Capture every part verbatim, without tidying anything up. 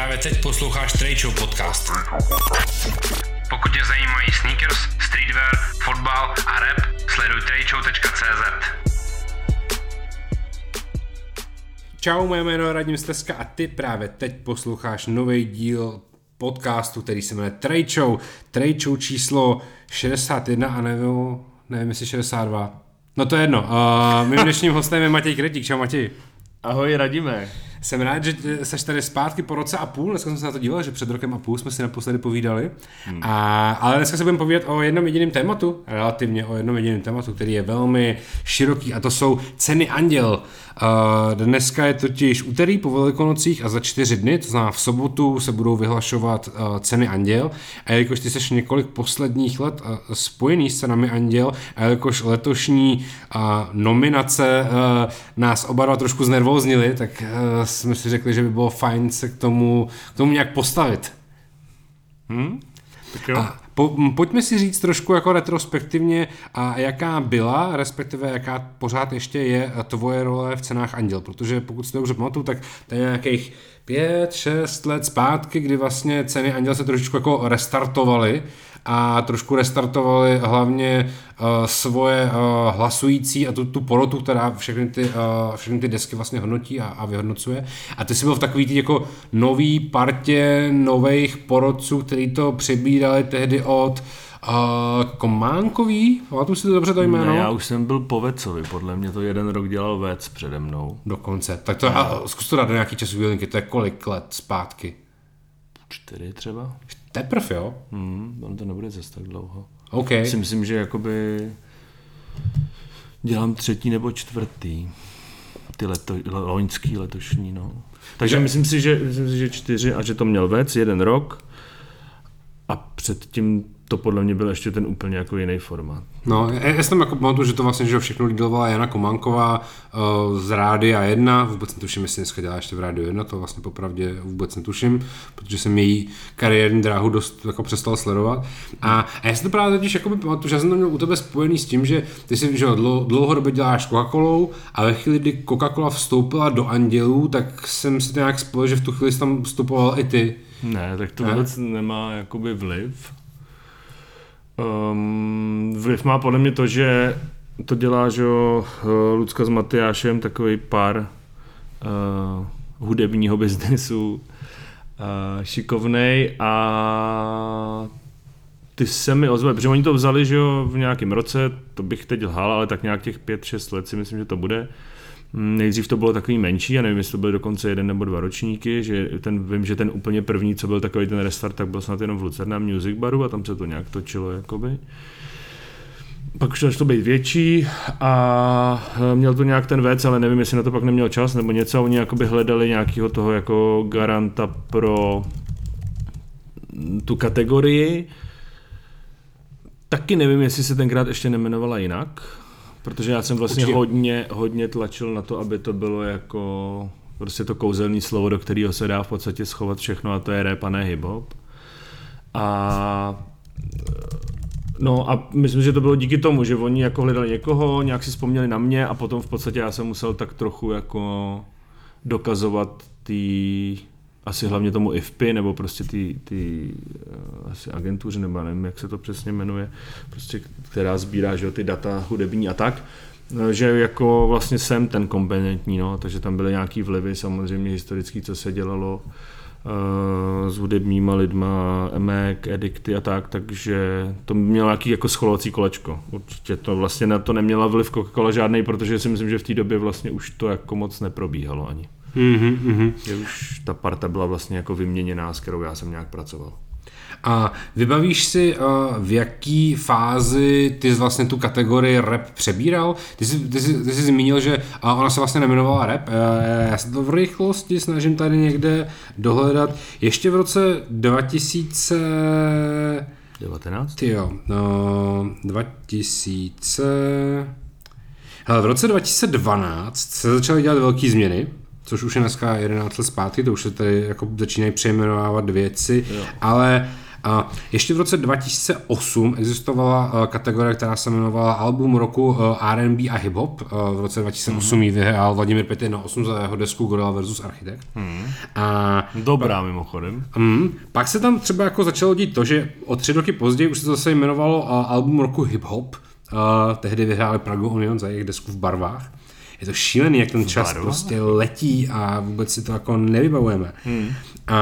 Právě teď posloucháš Trade Show podcast. Pokud tě zajímají sneakers, streetwear, fotbal a rap, sleduj trade show tečka cé zet. Čau, moje jméno je Radim Steska a ty právě teď posloucháš nový díl podcastu, který se jmenuje Trade Show. Trade Show číslo šedesát jedna a nevím, nevím jestli šedesát dva. No to je jedno. Uh, mým dnešním hostem je Matěj Kretík. Čau Matěj. Ahoj Radime. Jsem rád, že seš tady zpátky po roce a půl. Dneska jsem se na to díval, že před rokem a půl jsme si naposledy povídali. Hmm. A, ale dneska se budeme povídat o jednom jediném tématu, relativně o jednom jediném tématu, který je velmi široký, a to jsou ceny Anděl. Uh, dneska je totiž úterý po Velikonocích a za čtyři dny, to znamená v sobotu, se budou vyhlašovat uh, ceny Anděl. A jelikož ty seš několik posledních let uh, spojený s cenami Anděl, a jelikož letošní uh, nominace uh, nás oba dva trošku znervóznily, tak uh, jsme si řekli, že by bylo fajn se k tomu, k tomu nějak postavit. Hm? Tak jo. A po, pojďme si říct trošku jako retrospektivně, a jaká byla, respektive jaká pořád ještě je tvoje role v cenách Anděl, protože pokud si to dobře pamatuju, tak to je nějakých pět, šest let zpátky, kdy vlastně ceny Anděl se trošičku jako restartovaly a trošku restartovali hlavně uh, svoje uh, hlasující a tu, tu porotu, která všechny ty, uh, všechny ty desky vlastně hodnotí a, a vyhodnocuje. A ty jsi byl v takový tý jako nový partě nových porodců, který to přebírali tehdy od uh, Kománkový. Pamatuju si to dobře to jméno? Ne, já už jsem byl po Vecovi, podle mě to jeden rok dělal Vec přede mnou. Dokonce. Tak to, a zkus to dát do nějaký časový linky, to je kolik let zpátky? Čtyři třeba. Teprv, jo? Hmm, on to nebude zase tak dlouho. Okay. Si myslím, že jakoby dělám třetí nebo čtvrtý. Ty leto, loňský, letošní, no. Takže myslím si, že, myslím si, že čtyři a že to měl Vec, jeden rok. A předtím to podle mě byl ještě ten úplně jako jiný formát. No, já jsem jako pamatuju, že to vlastně, že všechno lídlovala Jana Kománková uh, z Rádia jedna, vůbec netuším, jestli dneska dělá ještě v Rádiu jedna, to vlastně popravdě vůbec netuším, protože jsem její kariérní dráhu dost jako přestal sledovat. A, a já si to právě totiž jako pamatuju, že já jsem to měl u tebe spojený s tím, že ty si že dlou, dlouhodobě děláš Coca-Colou a ve chvíli, kdy Coca-Cola vstoupila do Andělů, tak jsem si to nějak spojil, že v tu chvíli jsi tam vstupoval i ty. Ne, tak to vůbec ne? nemá jakoby vliv. Um, vliv má podle mě to, že to dělá, že Lucka s Matyášem, takový pár uh, hudebního biznesu, uh, šikovnej, a ty se mi ozvali, protože oni to vzali, že jo, v nějakém roce, to bych teď lhal, ale tak nějak těch pět, šest let si myslím, že to bude. Nejdřív to bylo takový menší, já nevím, jestli to byly dokonce jeden nebo dva ročníky, že ten, vím, že ten úplně první, co byl takový ten restart, tak byl snad jenom v Lucerna Music Baru a tam se to nějak točilo, jakoby. Pak už to začalo být větší a měl to nějak ten Vec, ale nevím, jestli na to pak neměl čas nebo něco, oni jakoby hledali nějakého toho jako garanta pro tu kategorii. Taky nevím, jestli se tenkrát ještě nejmenovala jinak. Protože já jsem vlastně hodně, hodně tlačil na to, aby to bylo jako prostě to kouzelné slovo, do kterého se dá v podstatě schovat všechno, a to je rap a ne hip-hop. A no a myslím, že to bylo díky tomu, že oni jako hledali někoho, nějak si vzpomněli na mě a potom v podstatě já jsem musel tak trochu jako dokazovat ty asi hlavně tomu I F P I, nebo prostě ty, ty asi agentuře, nebo nevím, jak se to přesně jmenuje, prostě, která sbírá, že, ty data hudební a tak, že jako vlastně jsem ten kompetentní, no, takže tam byly nějaký vlivy samozřejmě historický, co se dělalo uh, s hudebníma lidma, Emek, Edikty a tak, takže to mělo nějaký jako scholovací kolečko. Určitě to vlastně na to neměla vliv Coca-Cola žádnej, protože si myslím, že v té době vlastně už to jako moc neprobíhalo ani. Mm-hmm, mm-hmm. Že už ta parta byla vlastně jako vyměněná, s kterou já jsem nějak pracoval. A vybavíš si, v jaký fázi ty jsi vlastně tu kategorii rap přebíral? Ty jsi, ty jsi, ty jsi zmínil, že ona se vlastně nejmenovala rap. Já se to v rychlosti snažím tady někde dohledat. Ještě v roce dva tisíce devatenáct? Tyjo, no, dva tisíce Hele, v roce dva tisíce dvanáct se začaly dělat velké změny, což už je dneska jedenáct let zpátky, to už se tady jako začínají přejmenovávat věci, jo. ale A ještě v roce dva tisíce osm existovala kategorie, která se jmenovala Album roku R and B a hip-hop. V roce dva tisíce osm ji vyhrál Vladimír pět jedna osm za jeho desku Gorilla versus Architekt. Hmm. A dobrá pa, mimochodem. Um, pak se tam třeba jako začalo dít to, že o tři roky později už se to zase jmenovalo Album roku hip-hop. Uh, tehdy vyhráli Prague Union za jejich desku V barvách. Je to šílený, jak ten čas prostě letí a vůbec si to jako nevybavujeme. Hmm. A,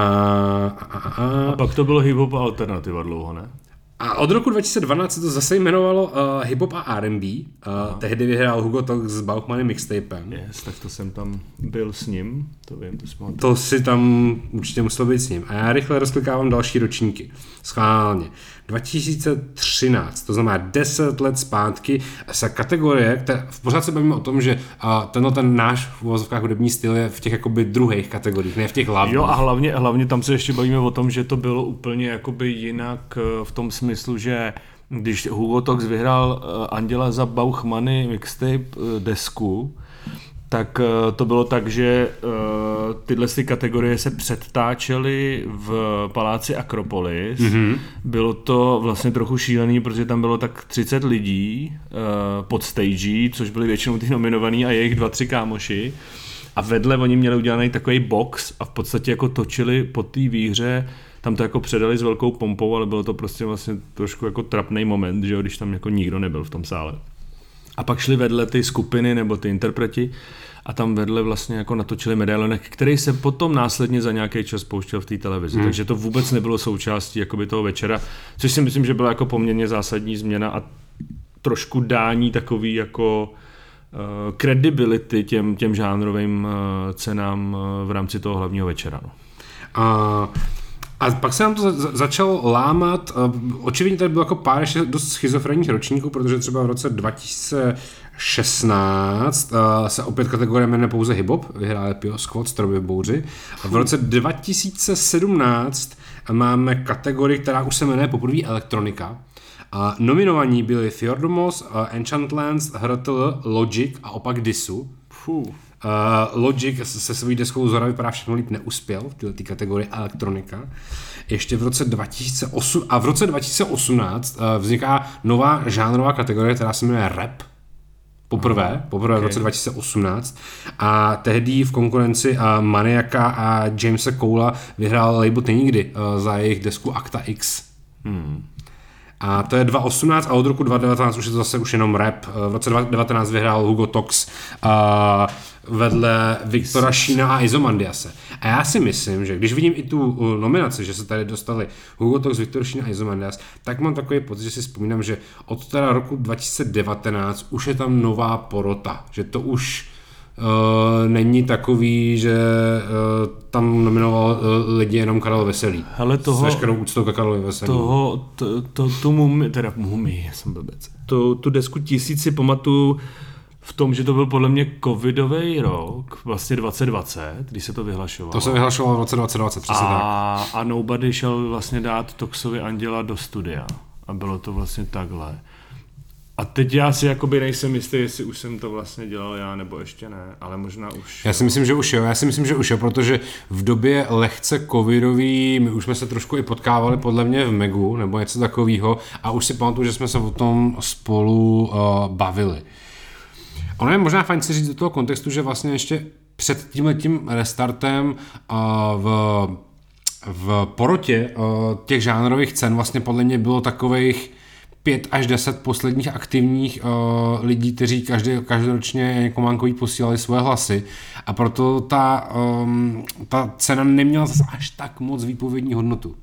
a, a, a pak to bylo hip-hop a alternativa dlouho, ne? A od roku dva tisíce dvanáct se to zase jmenovalo uh, hip-hop a R and B. Uh, tehdy vyhrál Hugo Talk s Bauchmanem mixtapem. Yes, tak to jsem tam byl s ním. To vím, to jsme... To si tam určitě musel být s ním. A já rychle rozklikávám další ročníky. Schválně. dva tisíce třináct, to znamená deset let zpátky, se kategorie, které, v pořád se bavíme o tom, že uh, tenhle ten náš v uvozovkách hudební styl je v těch jakoby druhých kategoriích, ne v těch hlavních. Jo a hlavně, hlavně tam se ještě bavíme o tom, že to bylo úplně jakoby jinak v tom smyslu, že když Hugo Talks vyhrál Anděla za Bauchmany mixtape desku, tak to bylo tak, že uh, tyhle ty kategorie se předtáčely v paláci Akropolis. Mm-hmm. Bylo to vlastně trochu šílený, protože tam bylo tak třicet lidí uh, pod stage, což byli většinou ty nominovaný a jejich dva, tři kámoši. A vedle oni měli udělaný takový box a v podstatě jako točili po té výhře. Tam to jako předali s velkou pompou, ale bylo to prostě vlastně trošku jako trapný moment, že jo, když tam jako nikdo nebyl v tom sále. A pak šli vedle ty skupiny nebo ty interpreti a tam vedle vlastně jako natočili medailonek, který se potom následně za nějaký čas pouštěl v té televizi. Hmm. Takže to vůbec nebylo součástí jakoby toho večera, což si myslím, že byla jako poměrně zásadní změna a trošku dání takový jako uh, credibility těm, těm žánrovým uh, cenám uh, v rámci toho hlavního večera. No. A... A pak se nám to za- začalo lámat, očividně tady bylo jako pár ještě dost schizofrenních ročníků, protože třeba v roce dva tisíce šestnáct uh, se opět kategorie jmenuje pouze hip-hop, vyhráli Pio Squad, Stroby v bouři. A v roce dva tisíce sedmnáct máme kategorii, která už se jmenuje poprvé elektronika. A nominovaní byli Fjordomos, uh, Enchantlands, H R T L, Logic a opak Disu. Fuh. Uh, Logic se svojí deskou Zora vypadá všechno líp neuspěl v této kategorii elektronika. Ještě v roce dva tisíce osm a v roce dva tisíce osmnáct uh, vzniká nová žánrová kategorie, která se jmenuje rap. Poprvé, Aha, poprvé okay. v roce dva tisíce osmnáct. A tehdy v konkurenci uh, Maniaka a Jamesa Cola vyhrál label Ty nikdy uh, za jejich desku Acta X. Hmm. A to je dva tisíce osmnáct a od roku dva tisíce devatenáct už je to zase už jenom rap. V roce dva tisíce devatenáct vyhrál Hugo Talks a vedle Viktora Šína a Izomandiase. A já si myslím, že když vidím i tu nominaci, že se tady dostali Hugo Talks, Viktor Šín a Izomandias, tak mám takový pocit, že si vzpomínám, že od teda roku dva tisíce devatenáct už je tam nová porota. Že to už Uh, není takový, že uh, tam nominoval uh, lidi jenom Karel Veselý. Hele toho, s veškerou úctou ke Karlovi Veselý. Toho, to, to, tu mumi, teda mumi, já jsem blbec. Tu, tu desku Tisíc si pamatuju v tom, že to byl podle mě covidový rok, vlastně dvacet dvacet, když se to vyhlašovalo. To se vyhlašovalo v roce dvacet dvacet, přesně tak. A Nobody šel vlastně dát Toxovi Anděla do studia. A bylo to vlastně takhle. A teď já si jakoby nejsem jistý, jestli už jsem to vlastně dělal já, nebo ještě ne, ale možná už. Já si myslím, že už jo, já si myslím, že už jo, protože v době lehce covidový, my už jsme se trošku i potkávali podle mě v Megu, nebo něco takového, a už si pamatuju, že jsme se o tom spolu uh, bavili. Ono je možná fajn si říct do toho kontextu, že vlastně ještě před tímhletím restartem uh, v, v porotě uh, těch žánrových cen vlastně podle mě bylo takových pět až deset posledních aktivních uh, lidí, kteří každý, každoročně Kománkový posílali svoje hlasy a proto ta, um, ta cena neměla zase až tak moc výpovědní hodnotu.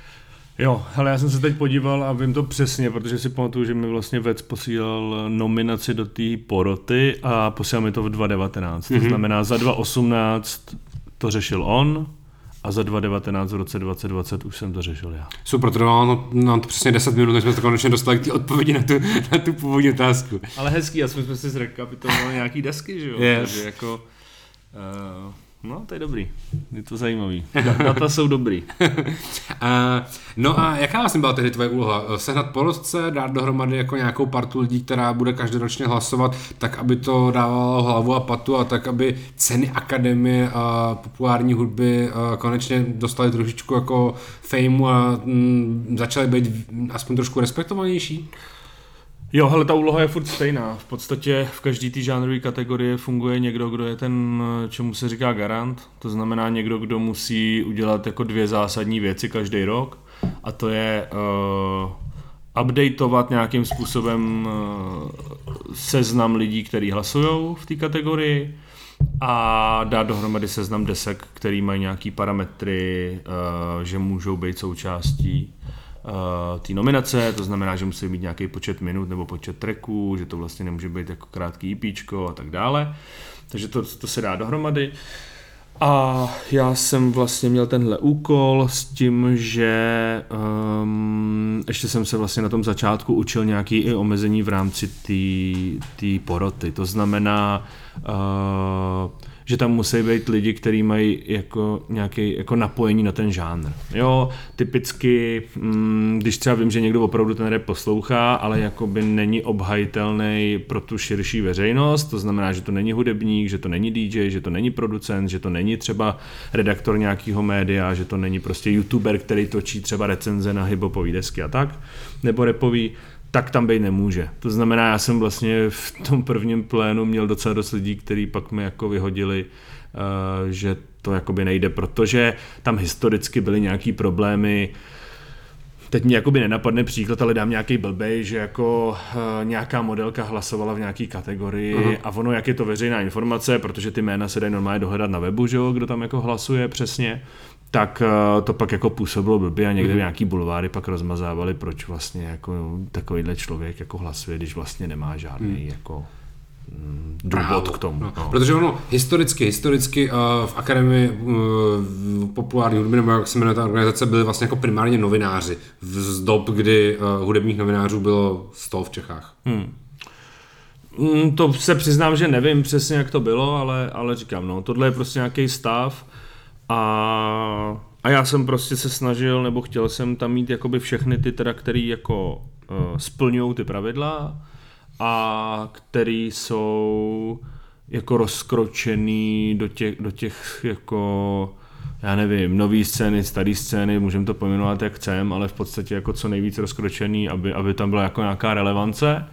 Jo, ale já jsem se teď podíval a vím to přesně, protože si pamatuju, že mi vlastně Vec posílal nominaci do té poroty a posílal mi to v dva tisíce devatenáct. Mm-hmm. To znamená za dva tisíce osmnáct to řešil on, a za dva tisíce devatenáct v roce dvacet dvacet už jsem to řešil já. Super, to nám no, to přesně deset minut, než jsme to konečně dostali k té odpovědi na tu, na tu původní otázku. Ale hezký, aspoň jsme si zrekapitulovali nějaký desky, že jo? Yes. Takže jako, uh, No, to je dobrý. Je to zajímavý. Data jsou dobrý. a, no a jaká vlastně byla tedy tvoje úloha? Sehnat porotce, dát dohromady jako nějakou partu lidí, která bude každoročně hlasovat, tak aby to dávalo hlavu a patu a tak, aby ceny akademie a populární hudby konečně dostaly trošičku jako fejmu a m, začaly být aspoň trošku respektovanější? Jo, hele, ta úloha je furt stejná. V podstatě v každé té žánrové kategorii funguje někdo, kdo je ten, čemu se říká garant. To znamená někdo, kdo musí udělat jako dvě zásadní věci každý rok. A to je uh, updateovat nějakým způsobem uh, seznam lidí, kteří hlasují v té kategorii a dát dohromady seznam desek, který mají nějaký parametry, uh, že můžou být součástí Uh, té nominace, to znamená, že musí mít nějaký počet minut nebo počet tracků, že to vlastně nemůže být jako krátký EPčko a tak dále. Takže to, to se dá dohromady. A já jsem vlastně měl tenhle úkol s tím, že um, ještě jsem se vlastně na tom začátku učil nějaký i omezení v rámci té poroty. To znamená, uh, že tam musí být lidi, kteří mají jako nějaké jako napojení na ten žánr. Jo, typicky, mm, když třeba vím, že někdo opravdu ten rap poslouchá, ale jakoby není obhajitelný pro tu širší veřejnost, to znamená, že to není hudebník, že to není D J, že to není producent, že to není třeba redaktor nějakého média, že to není prostě youtuber, který točí třeba recenze na hiphopový desky a tak, nebo rapový, tak tam být nemůže. To znamená, já jsem vlastně v tom prvním plénu měl docela dost lidí, kteří pak mi jako vyhodili, uh, že to jakoby nejde, protože tam historicky byly nějaký problémy. Teď mi jakoby nenapadne příklad, ale dám nějaký blbej, že jako uh, nějaká modelka hlasovala v nějaký kategorii uh-huh. a ono, jak je to veřejná informace, protože ty jména se dají normálně dohledat na webu, že jo, kdo tam jako hlasuje přesně, tak uh, to pak jako působilo blbě a někde mm-hmm. nějaký bulváry pak rozmazávali, proč vlastně jako takovýhle člověk jako hlasuje, když vlastně nemá žádný mm. jako mm, důvod k tomu. No. No. Protože ono historicky, historicky uh, v akademii uh, populární hudby, nebo jak se jmenuje ta organizace, byly vlastně jako primárně novináři z dob, kdy uh, hudebních novinářů bylo sto v Čechách. Hmm. Mm, to se přiznám, že nevím přesně, jak to bylo, ale, ale říkám, no, tohle je prostě nějaký stav. A, a já jsem prostě se snažil, nebo chtěl jsem tam mít jakoby všechny ty teda, který jako uh, splňují ty pravidla a který jsou jako rozkročený do těch, do těch jako, já nevím, nový scény, starý scény, můžeme to pojmenovat jak chcem, ale v podstatě jako co nejvíc rozkročený, aby, aby tam byla jako nějaká relevance.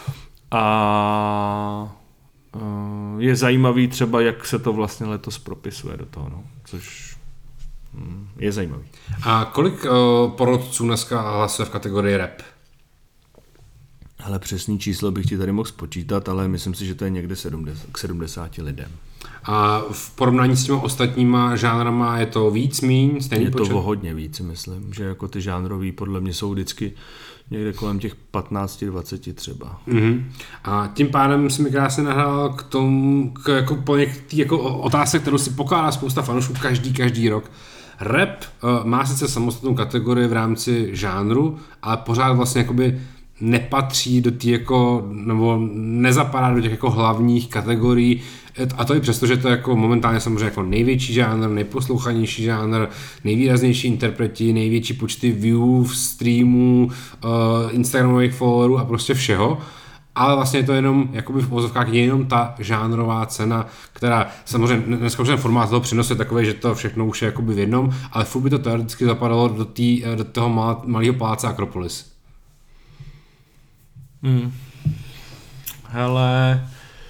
A je zajímavý třeba, jak se to vlastně letos propisuje do toho, no, což je zajímavý. A kolik uh, porotců dneska hlasuje v kategorii rap? Hele, přesný číslo bych ti tady mohl spočítat, ale myslím si, že to je někde sedmdesát, k sedmdesáti lidem. A v porovnání s těmi ostatníma žánrama je to víc, míň, stejný je počet? Je to o hodně víc, myslím, že jako ty žánrový podle mě jsou vždycky někde kolem těch patnáct dvacet třeba. Mm-hmm. A tím pádem si mi krásně nahrál k tomu, k, jako, po některý, jako otázce, kterou si pokládá spousta fanoušků každý, každý rok. Rap uh, má sice samostatnou kategorii v rámci žánru, ale pořád vlastně jakoby nepatří do těch jako, nebo nezapadá do těch jako hlavních kategorií, a to i přesto, že to je jako momentálně samozřejmě jako největší žánr, nejposlouchanější žánr, nejvýraznější interpreti, největší počty view, streamů, uh, instagramových followerů a prostě všeho, ale vlastně je to jenom jakoby v uvozovkách jenom ta žánrová cena, která samozřejmě dneska už ten formát toho přenosu je takový, že to všechno už je jakoby v jednom, ale furt by to teoreticky zapadalo do, tý, do toho mal, malého paláce Akropolis. Hmm. Hele,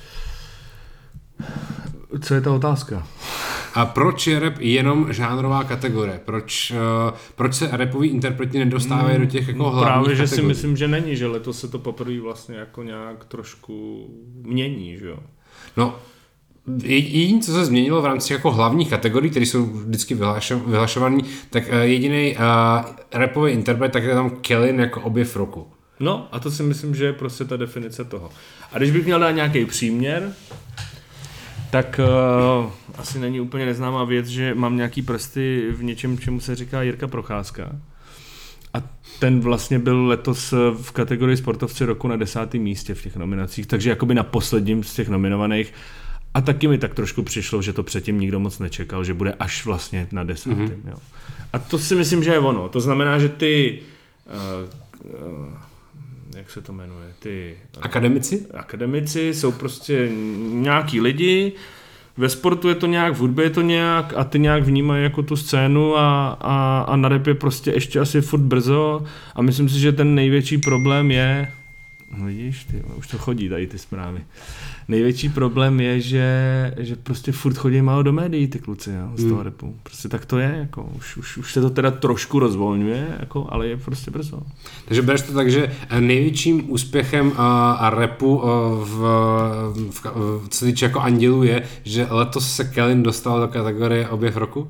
co je ta otázka? A proč je rap jenom žánrová kategorie? Proč, uh, proč se rapoví interpreti nedostávají hmm, do těch jako hlavních Právě, že kategorií? si myslím, že není, že letos se to poprvé vlastně jako nějak trošku mění, že jo? No, jediné, co se změnilo v rámci jako hlavních kategorií, které jsou vždycky vyhlašované, tak uh, jediný uh, rapový interpret, tak je tam Kellen jako objev roku. No a to si myslím, že je prostě ta definice toho. A když bych měl dát nějaký příměr, tak uh, asi není úplně neznámá věc, že mám nějaký prsty v něčem, čemu se říká Jirka Procházka. A ten vlastně byl letos v kategorii sportovci roku na desátém místě v těch nominacích, takže jakoby na posledním z těch nominovaných. A taky mi tak trošku přišlo, že to předtím nikdo moc nečekal, že bude až vlastně na desátém. Mm-hmm. Jo. A to si myslím, že je ono. To znamená, že ty... Uh, uh, jak se to jmenuje? Ty... Uh, akademici? Akademici jsou prostě nějaký lidi, ve sportu je to nějak, v hudbě je to nějak a ty nějak vnímají jako tu scénu a, a, a na rap je prostě ještě asi furt brzo a myslím si, že ten největší problém je... Vidíš, ty, už to chodí tady ty zprávy. Největší problém je, že, že prostě furt chodí málo do médií ty kluci, jo, z toho hmm. rapu. Prostě tak to je, jako, už, už, už se to teda trošku rozvolňuje, jako, ale je prostě brzo. Takže bereš to tak, že největším úspěchem uh, a rapu uh, v, v, v, co týče jako Andělů je, že letos se Kellin dostal do kategorie objev roku?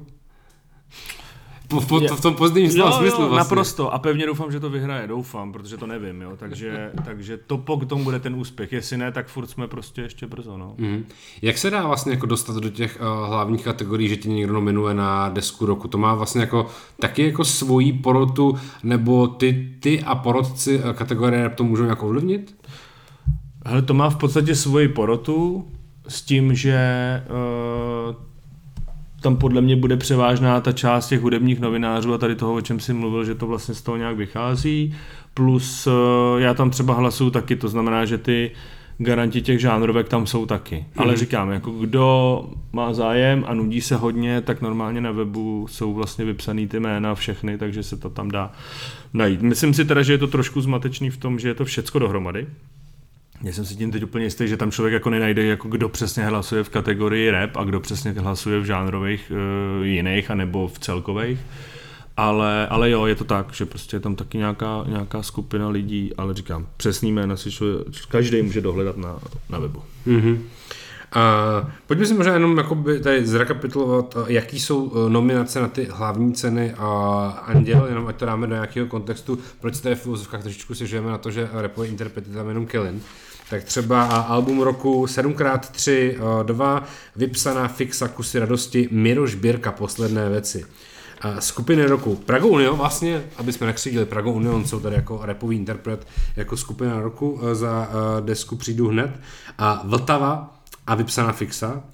V, v, v tom pozdějním slova smyslu vlastně. Naprosto a pevně doufám, že to vyhraje, doufám, protože to nevím, jo, takže, takže to potom bude ten úspěch, jestli ne, tak furt jsme prostě ještě brzo, no. Mm. Jak se dá vlastně jako dostat do těch uh, hlavních kategorií, že tě někdo nominuje na desku roku, to má vlastně jako taky jako svoji porotu, nebo ty, ty a porotci uh, kategorie to můžou nějak ovlivnit? Hele, to má v podstatě svoji porotu s tím, že uh, tam podle mě bude převážná ta část těch hudebních novinářů a tady toho, o čem jsi mluvil, že to vlastně z toho nějak vychází, plus já tam třeba hlasuju taky, to znamená, že ty garanti těch žánrovek tam jsou taky. Mm. Ale říkám, jako kdo má zájem a nudí se hodně, tak normálně na webu jsou vlastně vypsaný ty jména všechny, takže se to tam dá najít. Myslím si teda, že je to trošku zmatečný v tom, že je to všecko dohromady. Já jsem si tím teď úplně jistý, že tam člověk jako nenajde, jako kdo přesně hlasuje v kategorii rap a kdo přesně hlasuje v žánrových uh, jiných anebo v celkových. Ale, ale jo, je to tak, že prostě je tam taky nějaká, nějaká skupina lidí, ale říkám, přesný jména si člověk, každý může dohledat na, na webu. Mm-hmm. A pojďme si možná jenom jakoby tady zrekapitulovat, jaký jsou nominace na ty hlavní ceny a Anděl, jenom ať to dáme do nějakého kontextu, proč tady v úzovkách trošičku si žijeme na to, že rapový interpret je tam jenom Kellin. Tak třeba album roku sedm krát tři dva, vypsaná Fixa, Kusy radosti, Miroš Birka, Posledné věci. Skupiny roku Prago Union, vlastně, aby jsme nekřidili, Prago Union jsou tady jako rapový interpret, jako skupina roku za desku Přijdu hned. A Vltava a vypsaná Fixa.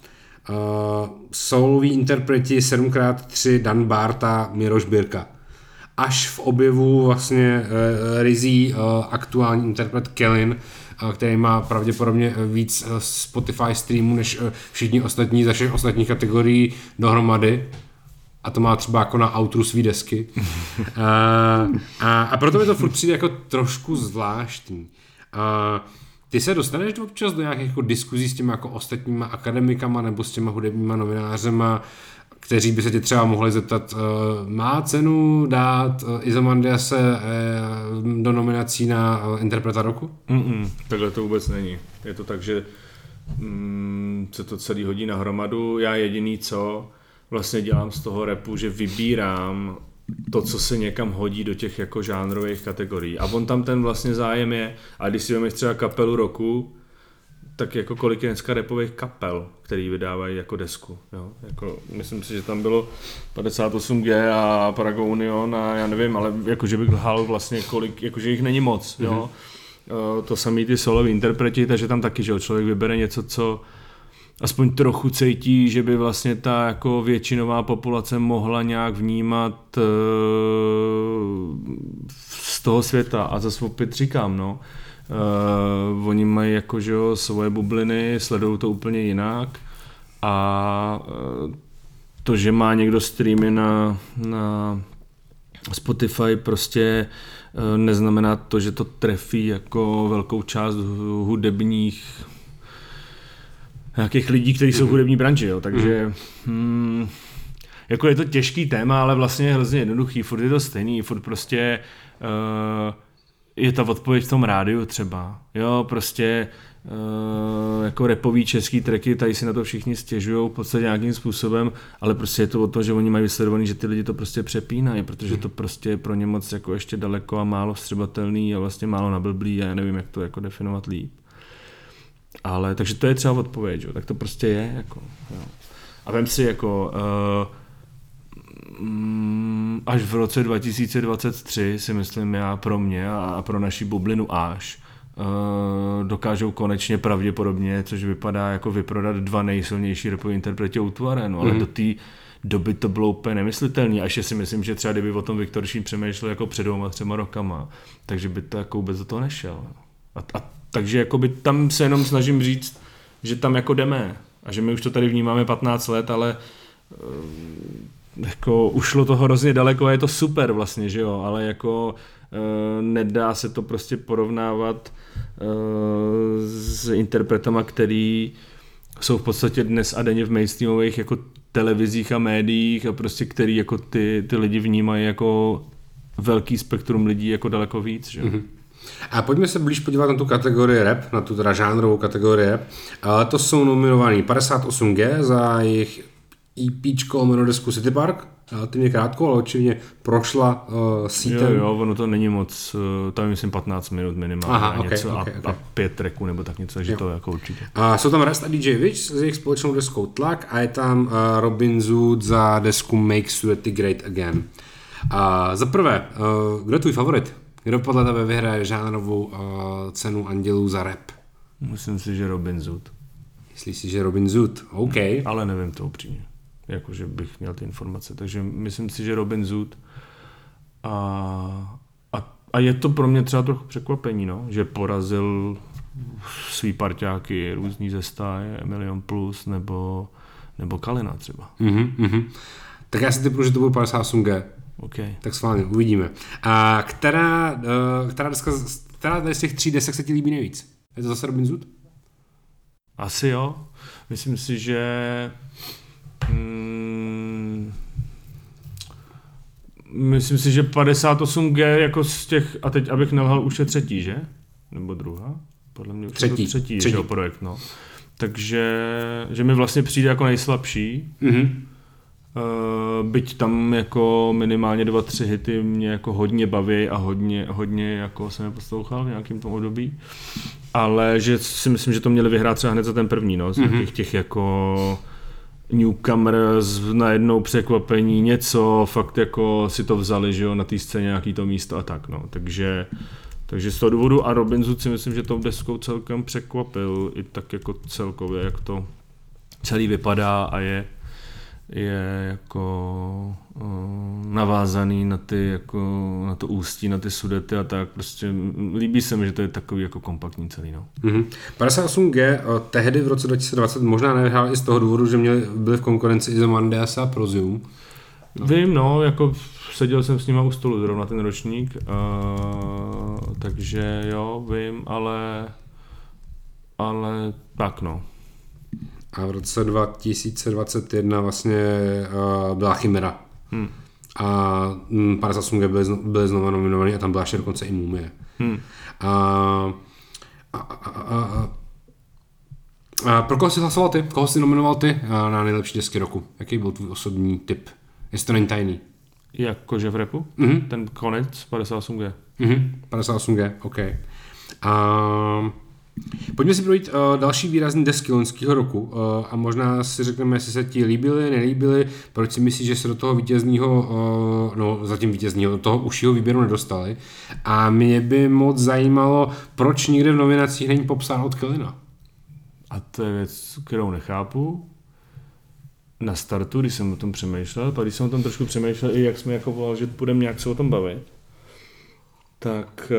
Souloví interpreti sedm krát tři Dan Bárta, Miroš Birka. Až v objevu vlastně rizí aktuální interpret Kellin, který má pravděpodobně víc Spotify streamů než všichni ostatní ze všech ostatních kategorií dohromady. A to má třeba jako na outru svý desky. a, a, a proto mi to furt přijde jako trošku zvláštní. A ty se dostaneš občas do nějakých jako diskuzí s těma jako ostatníma akademikama nebo s těma hudebníma novinářema, kteří by se tě třeba mohli zeptat, uh, má cenu dát uh, Izomandiase uh, do nominací na uh, interpreta roku? Mm-mm, takhle to vůbec není. Je to tak, že mm, se to celý hodí na hromadu. Já jediný co vlastně dělám z toho rapu, že vybírám to, co se někam hodí do těch jako žánrových kategorií. A on tam ten vlastně zájem je. A když si vezmeš třeba kapelu roku, tak jako kolik je dneska rapových kapel, který vydávají jako desku. Jo? Jako, myslím si, že tam bylo padesát osm G a Prago Union a já nevím, ale jakože bych lhal vlastně kolik, jakože jich není moc. Jo? Mm-hmm. To samý ty soloví interpreti, takže tam taky, že člověk vybere něco, co aspoň trochu cítí, že by vlastně ta jako většinová populace mohla nějak vnímat uh, z toho světa. A zase opět říkám, no, uh, oni mají jako, že jo, svoje bubliny, sledují to úplně jinak a uh, to, že má někdo streamy na, na Spotify, prostě uh, neznamená to, že to trefí jako velkou část hudebních nějakých lidí, kteří jsou v hudební branži, jo, takže hmm, jako je to těžký téma, ale vlastně je hrozně jednoduchý, furt je to stejný, furt prostě uh, je ta odpověď v tom rádiu třeba, jo, prostě uh, jako rapový český tracky, tady si na to všichni stěžujou v podstatě nějakým způsobem, ale prostě je to o to, že oni mají vysledovaný, že ty lidi to prostě přepínají, protože to prostě je pro ně moc jako ještě daleko a málo vstřebatelný a vlastně málo nablblý a já nevím, jak to jako definovat líp. Ale takže to je třeba odpověď, jo. Tak to prostě je jako, jo. A vem si jako uh, mm, až v roce dva tisíce dvacet tři si myslím já pro mě a pro naši bublinu až uh, dokážou konečně pravděpodobně, což vypadá jako vyprodat dva nejsilnější rapoví interpreti U dva R, no, ale mm-hmm. do té doby to bylo úplně nemyslitelné. A ještě si myslím, že třeba kdyby o tom Viktor Šín přemýšlel jako před dvěma, třema rokama, takže by to jako vůbec do toho nešel. A, a takže jakoby tam se jenom snažím říct, že tam jako jdeme. A že my už to tady vnímáme patnáct let, ale uh, jako ušlo to hrozně daleko a je to super vlastně, že jo, ale jako uh, nedá se to prostě porovnávat uh, s interpretama, který jsou v podstatě dnes a denně v mainstreamových jako televizích a médiích a prostě který jako ty, ty lidi vnímají jako velký spektrum lidí jako daleko víc, že jo. Mm-hmm. A pojďme se blíž podívat na tu kategorii rap, na tu teda žánrovou kategorii rap. A to jsou nominovaný padesát osm G za jejich EPčko jmenodesku City Park. Relativně krátko, ale určitě prošla uh, sítem. Jo, jo, ono to není moc, uh, tam myslím patnáct minut minimálně. Aha, a, okay, něco okay, a, okay. a pět tracků nebo tak něco, že jo. To jako určitě. A jsou tam Rest a D J Witch s jejich společnou deskou Tlak a je tam uh, Robin Zoot za desku Make Sweaty Great Again. A za prvé, uh, kdo je tvůj favorit? Kdo podle tebe vyhraje žánrovou uh, cenu Andělů za rap? Myslím si, že Robin Zoot. Myslíš si, že Robin Zoot? OK. Hmm, ale nevím to upřímně. Jakože bych měl ty informace. Takže myslím si, že Robin Zoot. A, a, a je to pro mě třeba trochu překvapení, no? Že porazil svý parťáky různý ze stáje, Milion Plus nebo, nebo Kalina třeba. Mm-hmm, mm-hmm. Tak já si typuji, že to byl padesát osm G. Okay. Tak schválně, uvidíme. A která, uh, která, deska, která z těch tří desek se ti líbí nejvíc? Je to zase Robin Zoot? Asi jo. Myslím si, že hmm, myslím si, že padesát osm G jako z těch, a teď abych nelhal, už je třetí, že? Nebo druhá? Podle mě už třetí. je to třetí, třetí. Že, projekt, no. Takže, že mi vlastně přijde jako nejslabší. Mm-hmm. Uh, byť tam jako minimálně dva, tři hity mě jako hodně baví a hodně, hodně jako jsem je poslouchal v nějakým tom období, ale že si myslím, že to měli vyhrát třeba hned za ten první, no, z nějakých mm-hmm. těch jako newcomer najednou překvapení, něco, fakt jako si to vzali, že jo, na té scéně nějaký to místo a tak, no, takže takže z toho důvodu a Robin Zoot si myslím, že tou deskou celkem překvapil i tak jako celkově, jak to celý vypadá a je je jako uh, navázaný na ty jako na to ústí, na ty sudety a tak, prostě líbí se mi, že to je takový jako kompaktní celý, no. Mm-hmm. padesát osm G uh, tehdy v roce dva tisíce dvacet možná nevyhrál i z toho důvodu, že měli, byli v konkurenci Izomandias a Prozium. No. Vím, no, jako seděl jsem s nima u stolu zrovna ten ročník, uh, takže jo, vím, ale ale tak, no. A v roce dva tisíce dvacet jedna vlastně uh, byla Chimera. Hmm. A mm, padesát osm G byly, byly znovu nominovaný a tam byla ještě dokonce i Mumie. Hmm. A, a, a, a, a pro koho jsi hlasoval ty? Koho jsi nominoval ty na nejlepší desky roku? Jaký byl tvůj osobní tip? Jestli to není tajný. Jakože v rapu? Mm-hmm. Ten konec padesát osm G. Mm-hmm. padesát osm G, OK. A pojďme si projít uh, další výrazný desky loňského roku uh, a možná si řekneme, jestli se ti líbily, nelíbily, proč si myslíš, že se do toho vítězního, uh, no zatím vítězního, do toho užšího výběru nedostali. A mě by moc zajímalo, proč nikde v nominacích není popsán od Kalina. A to je věc, kterou nechápu. Na startu, když jsem o tom přemýšlel, pak když jsem o tom trošku přemýšlel, i jak jsme jako volal, že budeme nějak se o tom bavit, tak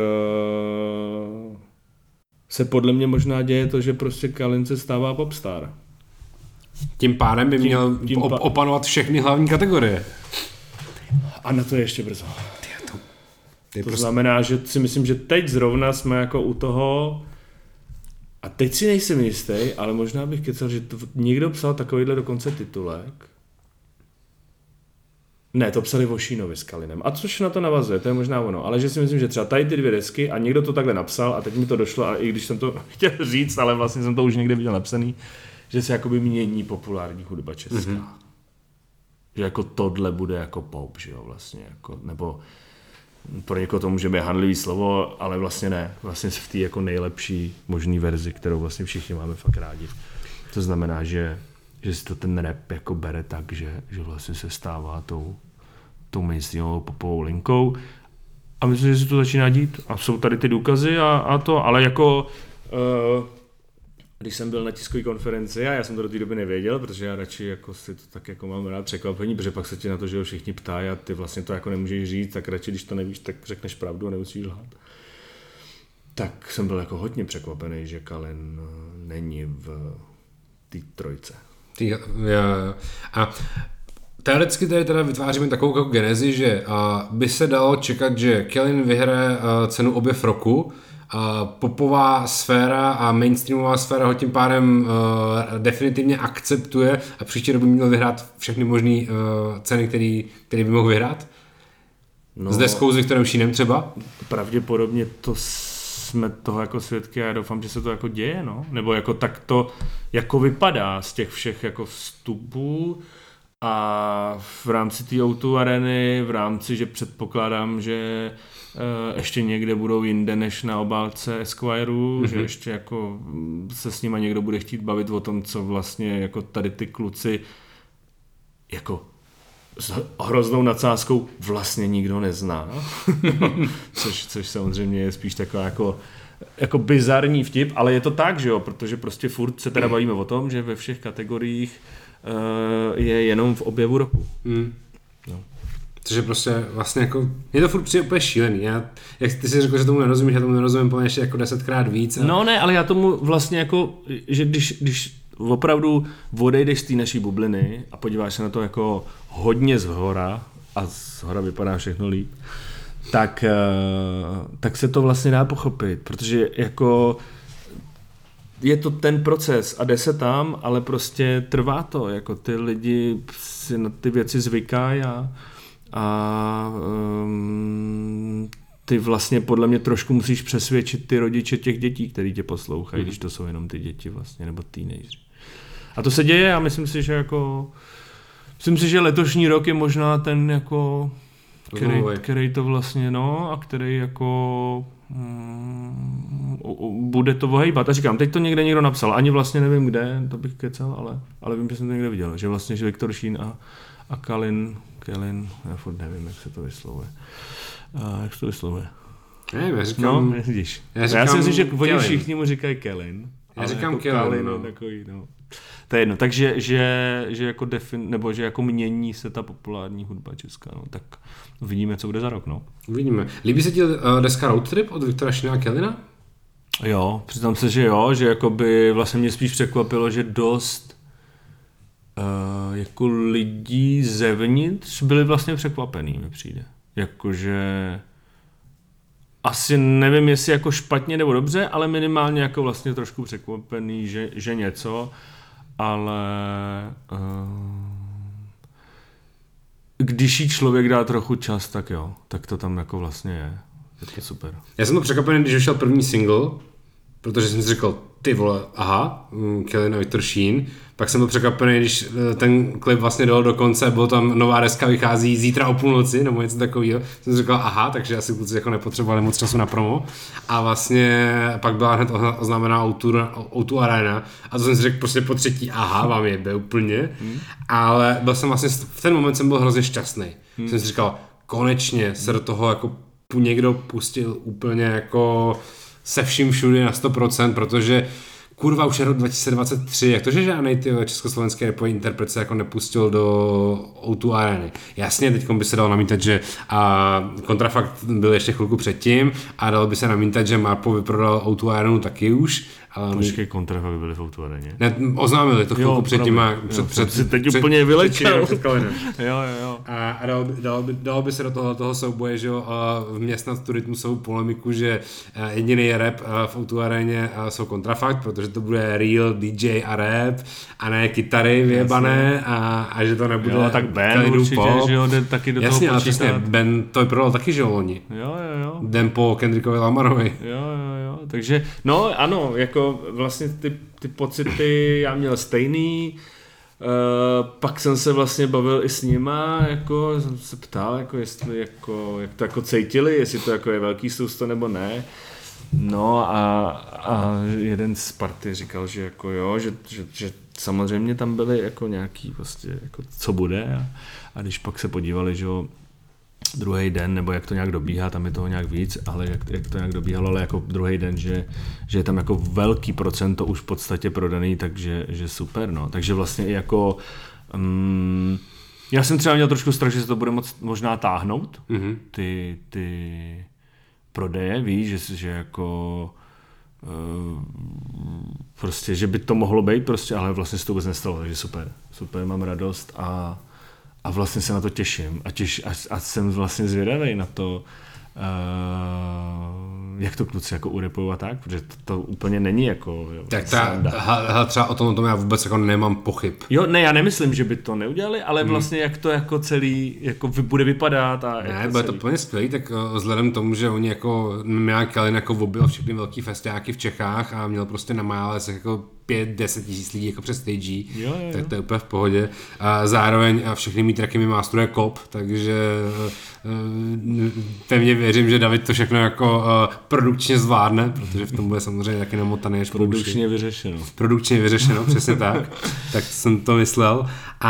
uh, se podle mě možná děje to, že prostě Kalin se stává popstar. Tím pádem by tím, měl tím op- opanovat všechny hlavní kategorie. A na to je ještě brzo. To, to prostě... znamená, že si myslím, že teď zrovna jsme jako u toho, a teď si nejsem jistý, ale možná bych kecal, že to, někdo psal takovýhle dokonce titulek. Ne, to psali Vošínovi s Kalinem. A což na to navazuje, to je možná ono. Ale že si myslím, že třeba tady ty dvě desky a někdo to takhle napsal a teď mi to došlo a i když jsem to chtěl říct, ale vlastně jsem to už někde viděl napsaný, že se jakoby mění populární hudba česká. Mm-hmm. Že jako tohle bude jako pop, že jo, vlastně. Jako, nebo pro někoho to může být handlivý slovo, ale vlastně ne. Vlastně v té jako nejlepší možný verzi, kterou vlastně všichni máme fakt rádi. To znamená, že že si to ten rap jako bere tak, že, že vlastně se stává tou, tou mainstreamovou popovou linkou. A myslím, že se to začíná dít a jsou tady ty důkazy a, a to, ale jako uh, když jsem byl na tiskové konferenci a já jsem to do té doby nevěděl, protože já radši jako si to tak jako mám rád překvapení, protože pak se tě na to, že ho všichni ptají a ty vlastně to jako nemůžeš říct, tak radši, když to nevíš, tak řekneš pravdu a nemusíš lhát. Tak jsem byl jako hodně překvapený, že Kalin není v té trojce. Ty, jo, jo. A teoreticky tady teda vytváříme takovou jako genezi, že uh, by se dalo čekat, že Kalin vyhraje uh, cenu Objev roku, uh, popová sféra a mainstreamová sféra ho tím pádem uh, definitivně akceptuje a příští rok by měl vyhrát všechny možné uh, ceny, který, který by mohl vyhrát. No, s deskou s Viktorem Šínem třeba? Pravděpodobně to jsme toho jako svědky a já doufám, že se to jako děje, no. Nebo jako tak to jako vypadá z těch všech jako vstupů a v rámci té ó dva areny, v rámci, že předpokládám, že uh, ještě někde budou jinde než na obálce Esquireu, mm-hmm. že ještě jako se s nima někdo bude chtít bavit o tom, co vlastně jako tady ty kluci jako s hroznou nadsázkou vlastně nikdo nezná. což, což samozřejmě je spíš taková jako, jako bizarní vtip, ale je to tak, že jo, protože prostě furt se teda bavíme o tom, že ve všech kategoriích uh, je jenom v objevu roku. Mm. No. Což prostě vlastně jako, je to furt přijde úplně šílený. Já, jak ty jsi řekl, že tomu nerozumíš, já tomu nerozumím úplně ještě jako desetkrát víc. A... No ne, ale já tomu vlastně jako, že když, když opravdu odejdeš z té naší bubliny a podíváš se na to jako hodně zhora a zhora vypadá všechno líp, tak, tak se to vlastně dá pochopit, protože jako je to ten proces a jde se tam, ale prostě trvá to, jako ty lidi si na ty věci zvykají a, a um, ty vlastně podle mě trošku musíš přesvědčit ty rodiče těch dětí, který tě poslouchají, mm. když to jsou jenom ty děti vlastně, nebo teenageři. A to se děje a myslím si, že jako myslím si, že letošní rok je možná ten jako který, který to vlastně no a který jako mm, bude to ohejbat. A říkám, teď to někde někdo napsal, ani vlastně nevím kde, to bych kecal, ale, ale vím, že jsem to někde viděl, že vlastně, že Viktor Šín a, a Kalin, Kalin, já furt nevím, jak se to vyslovuje. A jak se to vyslovuje? Nevím, já říkám... No, vidíš. Já, já si myslím, že oni všichni mu říkají Kalin. Já říkám jako Kalin, no. Takový, no. To je jedno, takže že, že jako defin, nebo že jako mění se ta populární hudba česká, no, tak vidíme, co bude za rok, no. Uvidíme. Líbí se ti uh, deska Road Trip od Viktora Šína a Kalina? Jo, přiznám se, že jo, že jakoby vlastně mě spíš překvapilo, že dost uh, jako lidí zevnitř byli vlastně překvapený, mi přijde. Jakože asi nevím, jestli jako špatně nebo dobře, ale minimálně jako vlastně trošku překvapený, že, že něco, ale uh, když jí člověk dá trochu čas, tak jo, tak to tam jako vlastně je. Je to super. Já jsem to překvapený, když vyšel první single, protože jsem si řekl, ty vole, aha, Kalin a Viktor Šín. Pak jsem byl překvapený, když ten klip vlastně dal do konce, bylo tam nová deska, vychází zítra o půlnoci, nebo něco takového. Jsem si řekl, aha, takže asi kluci jako nepotřebovali moc času na promo. A vlastně pak byla hned oznámená ó dva Arena a to jsem si řekl prostě po třetí, aha, vám jebe úplně. Hmm. Ale byl jsem vlastně, v ten moment jsem byl hrozně šťastný. Hmm. Jsem si říkal, konečně se do toho jako někdo pustil úplně jako se vším všude na sto procent, protože kurva už je rok dva tisíce dvacet tři, jak to, že žádnej ty československé rapový interpret se jako nepustil do ó dva Areny. Jasně, teď by se dalo namítat, že a, Kontrafakt byl ještě chvilku předtím a dalo by se namítat, že Marpo vyprodal ó dva Arenu taky už. Ale Počkej, Kontrafakt byli v ó dva Areně? Ne, oznámili to chvilku předtím a před, před, před, teď před, úplně vylečil. Před Kalinem. jo, jo, jo. A, a dalo, by, dalo, by, dalo by se do toho, toho souboje, že jo, vměstnat tu rytmusovou polemiku, že jediný rap v ó dva Areně jsou Kontrafakt, protože to bude real dý džej a rap a ne kytary vyjebané a, a že to nebude jo, tak Ben určitě, pop. Že jo, jde taky do Jasně, toho počítat. Jasně, Ben to vyprodal taky, že jo, loni. Jo, jo, jo. Den po Kendrickovi Lamarovi. Jo, jo, jo, takže, no ano, jako vlastně ty, ty pocity já měl stejný, uh, pak jsem se vlastně bavil i s nima, jako jsem se ptal, jako jestli, jako, jak to jako cítili, jestli to jako je velký sousto nebo ne. No a, a jeden z party říkal, že jako jo, že, že, že samozřejmě tam byly jako nějaký vlastně, jako co bude a, a když pak se podívali, že jo, druhý den, nebo jak to nějak dobíhá, tam je toho nějak víc, ale jak, jak to nějak dobíhalo, ale jako druhý den, že, že je tam jako velký procento už v podstatě prodaný, takže že super, no. Takže vlastně i jako um, já jsem třeba měl trošku strach, že se to bude moc možná táhnout, mm-hmm. ty, ty prodeje, víš, že, že jako uh, prostě, že by to mohlo být prostě, ale vlastně se to vůbec nestalo, takže super, super, mám radost a A vlastně se na to těším a, těš, a, a jsem vlastně zvědavý na to, uh, jak to kluci jako urepujou a tak, protože to, to úplně není jako... Jo, tak ta, ha, třeba o tom, o tom já vůbec jako nemám pochyb. Jo, ne, já nemyslím, že by to neudělali, ale hmm. vlastně jak to jako celý jako bude vypadat a... Ne, bude to plně skvělý, tak uh, vzhledem tomu, že oni jako Milan Kalin jako objel všechny velký festiáky v Čechách a měl prostě na Málesech jako pět deset tisíc lidí jako před stage, jo, jo, jo. Tak to je úplně v pohodě. A zároveň a všechny mý tracky mi mástruje Kop, takže uh, pevně věřím, že David to všechno jako uh, produkčně zvládne, protože v tom bude samozřejmě taky namotaný. Produkčně vyřešeno. Produkčně vyřešeno, přesně tak. Tak jsem to myslel.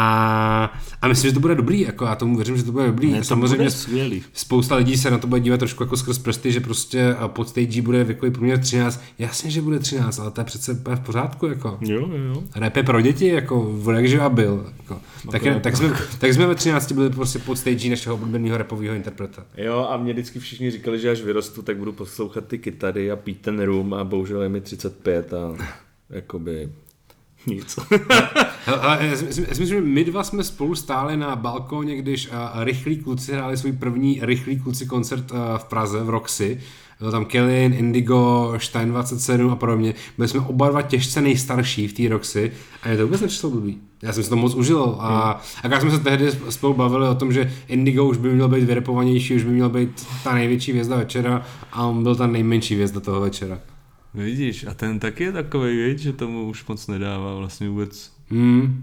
A, a myslím, že to bude dobrý, jako já tomu věřím, že to bude dobrý. Ne, to samozřejmě bude skvělý. Spousta lidí se na to bude dívat trošku jako skrz prsty, že prostě pod stage bude věkový průměr třináct. Jasně, že bude třináct, ale to je přece v pořádku. Jako. Jo, jo. Rap je pro děti, jako jakživa byl. Jako. Tak, je, tak, jsme, tak jsme ve třinácti byli prostě pod stage našeho oblíbeného rapového interpreta. Jo, a mě vždycky všichni říkali, že až vyrostu, tak budu poslouchat ty kytary a pít ten rum a bohužel je mi třicet pět a jakoby nic. Já myslím, že my dva jsme spolu stáli na balkóně, když rychlí kluci hráli svůj první rychlí kluci koncert v Praze, v Roxy. Byl tam Kellyn, Indigo, Stein dvacet sedm a podobně. Byli jsme oba dva těžce nejstarší v té Roxy a je to vůbec nečilo blbý. Já jsem si to moc užil a, a jak jsme se tehdy spolu bavili o tom, že Indigo už by měl být vyrepovanější, už by měl být ta největší hvězda večera a on byl ta nejmenší hvězda toho večera. Vidíš, a ten taky je takovej, víš, že tomu už moc nedává vlastně vůbec. Hmm.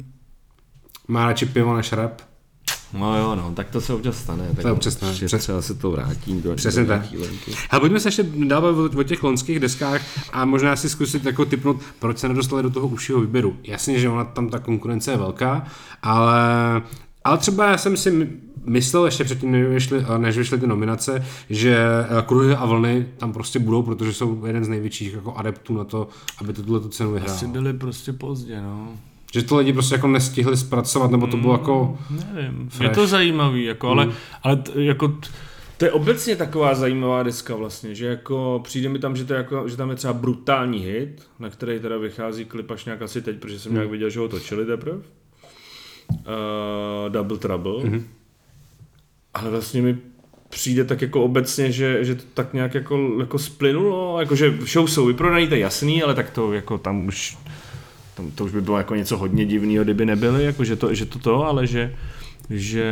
Má radši pivo než rap. No jo, no, tak to se občas stane. Tak to občas stane. Přes... třeba se to vrátí do, Přesně do tak. A pojďme se ještě dál o, o těch loňských deskách a možná si zkusit jako tipnout, proč se nedostali do toho užšího výběru. Jasně, že ona tam ta konkurence je velká, ale, ale třeba já jsem si myslel ještě předtím, než vyšly, než vyšly ty nominace, že Kruhy a vlny tam prostě budou, protože jsou jeden z největších jako adeptů na to, aby to tuhle cenu vyhrál. Asi byli prostě pozdě, no. Že to lidi prostě jako nestihli zpracovat, nebo to bylo jako... Nevím, fresh. Je to zajímavý, jako, ale, mm. ale t, jako, t, to je obecně taková zajímavá deska vlastně, že jako přijde mi tam, že, to je jako, že tam je třeba brutální hit, na který teda vychází klip až nějak asi teď, protože jsem mm. nějak viděl, že ho točili teprve. Uh, Double Trouble. Mm. Ale vlastně mi přijde tak jako obecně, že, že to tak nějak jako, jako splynulo, jakože show jsou vyprodaný, to je jasný, ale tak to jako tam už... Tam to už by bylo jako něco hodně divného, kdyby nebyly, jako že to, že to, to ale že, že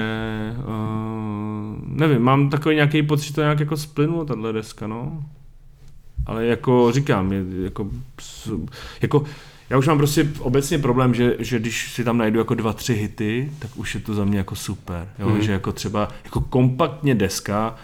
uh, nevím, mám takový nějaký pocit, že to nějak jako splynulo, tato deska, no. Ale jako říkám, je, jako, jako, já už mám prostě obecně problém, že, že když si tam najdu jako dva, tři hity, tak už je to za mě jako super, jo, mm. že jako třeba jako kompaktně deska,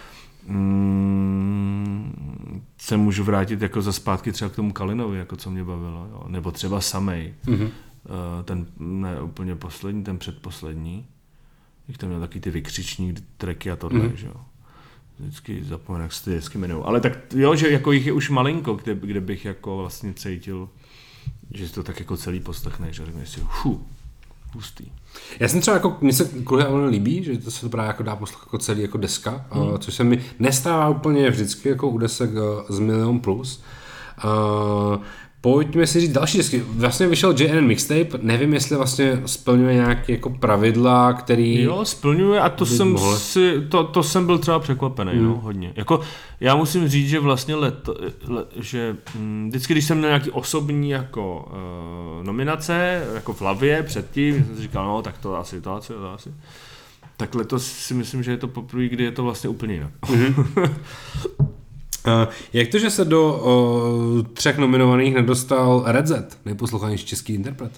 Mm, se můžu vrátit jako za zpátky třeba k tomu Kalinovi, jako co mě bavilo, jo. Nebo třeba Samej, mm-hmm. ten ne úplně poslední, ten předposlední, jak tam měl taky ty vykřiční tracky a tohle, mm-hmm. že jo. Vždycky zapomenu, jak se ty vždycky jmenují. Ale tak jo, že jako jich je už malinko, kde, kde bych jako vlastně cítil, že to tak jako celý poslechneš a řekneš si, hu, hustý. Já jsem třeba jako, mně se Kruhy a vlny líbí, že to se to právě jako dá poslouchat jako celý jako deska, hmm. uh, což se mi nestává úplně vždycky jako u desek uh, z Milion plus. Uh, pojďme si říct další desky. Vlastně vyšel J N N mixtape, nevím, jestli vlastně splňuje nějaké jako pravidla, který... Jo, splňuje a to jsem mohl... si, to, to jsem byl třeba překvapený, hmm. no, hodně. Jako, já musím říct, že vlastně leto, le, že hm, vždycky, když jsem měl nějaký osobní jako uh, nominace, jako v hlavě předtím, jsem si říkal, no, tak to asi, to asi, to asi. Tak letos si myslím, že je to poprvé, kdy je to vlastně úplně jinak. Mm-hmm. Uh, jak to, že se do uh, třech nominovaných nedostal Red Z, nejposlouchanější český interpret?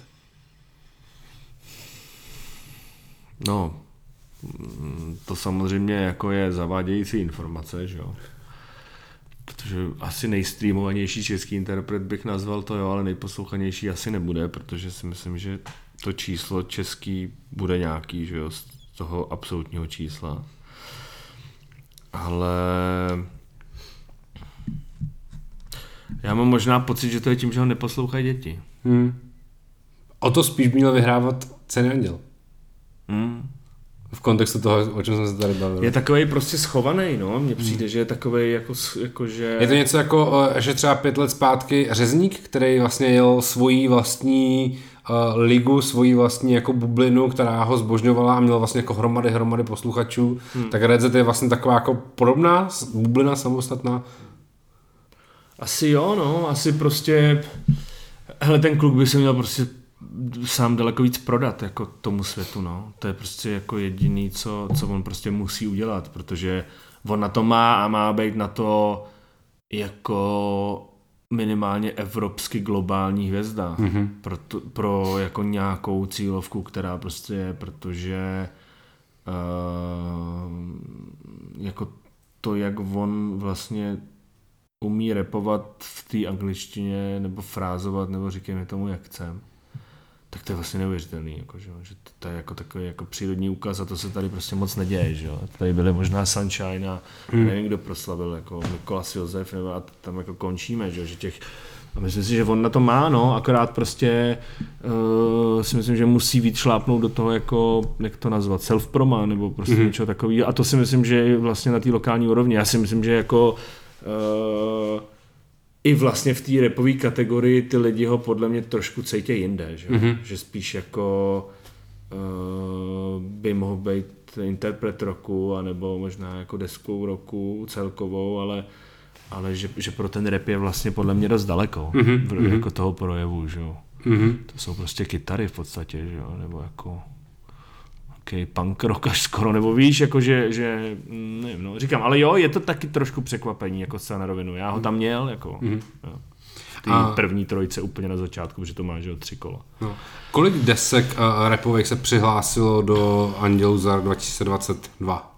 No, to samozřejmě jako je zavádějící informace, že jo. Protože asi nejstreamovanější český interpret bych nazval to, jo, ale nejposlouchanější asi nebude, protože si myslím, že to číslo český bude nějaký, že jo, z toho absolutního čísla. Ale já mám možná pocit, že to je tím, že ho neposlouchají děti. Hmm. O to spíš měl vyhrávat Ceny Anděl. Hmm. V kontextu toho, o čem jsme se tady bavili. Je takovej prostě schovaný, no. Mně přijde, hmm. že je takovej jako, jako, že... Je to něco jako, že třeba pět let zpátky Řezník, který vlastně jel svoji vlastní uh, ligu, svoji vlastní jako bublinu, která ho zbožňovala a měl vlastně jako hromady, hromady posluchačů. Hmm. Tak Red Z je vlastně taková jako podobná bublina samostatná. Asi jo, no. Asi prostě... Hele, ten kluk by se měl prostě sám daleko víc prodat jako tomu světu, no. To je prostě jako jediný, co, co on prostě musí udělat, protože on na to má a má být na to jako minimálně evropsky globální hvězda. Mm-hmm. Pro, to, pro jako nějakou cílovku, která prostě je, protože uh, jako to, jak on vlastně umí rapovat v té angličtině, nebo frázovat, nebo říkejme tomu, jak chcem, tak to je vlastně neuvěřitelný, jako, že, že to je jako takový jako přírodní úkaz a to se tady prostě moc neděje, že jo. Tady byly možná Sunshine a hmm. nevím, kdo proslavil, jako Mikolas Josef, nebo a tam jako končíme, že jo, že těch, a myslím si, že on na to má, no, akorát prostě uh, si myslím, že musí víc šlápnout do toho, jako, jak to nazvat, self-proma, nebo prostě hmm. něčeho takového, a to si myslím, že je vlastně na té lokální úrovni. Já si myslím, že jako uh, i vlastně v té rapové kategorii ty lidi ho podle mě trošku cejtějí jinde, že? Mm-hmm. Že spíš jako uh, by mohl být interpret roku, anebo možná jako deskou roku celkovou, ale, ale že, že pro ten rap je vlastně podle mě dost daleko, mm-hmm. jako toho projevu, že jo. Mm-hmm. To jsou prostě kytary v podstatě, že jo, nebo jako okay, punk rock až skoro, nebo víš, jako že, že nevím, no, říkám, ale jo, je to taky trošku překvapení, jako zcela na rovinu, já ho tam měl, jako, mm-hmm. jo. Ty a... první trojce úplně na začátku, protože to má, že jo, tři kola. No. Kolik desek uh, rapových se přihlásilo do Andělů za rok dva tisíce dvacet dva?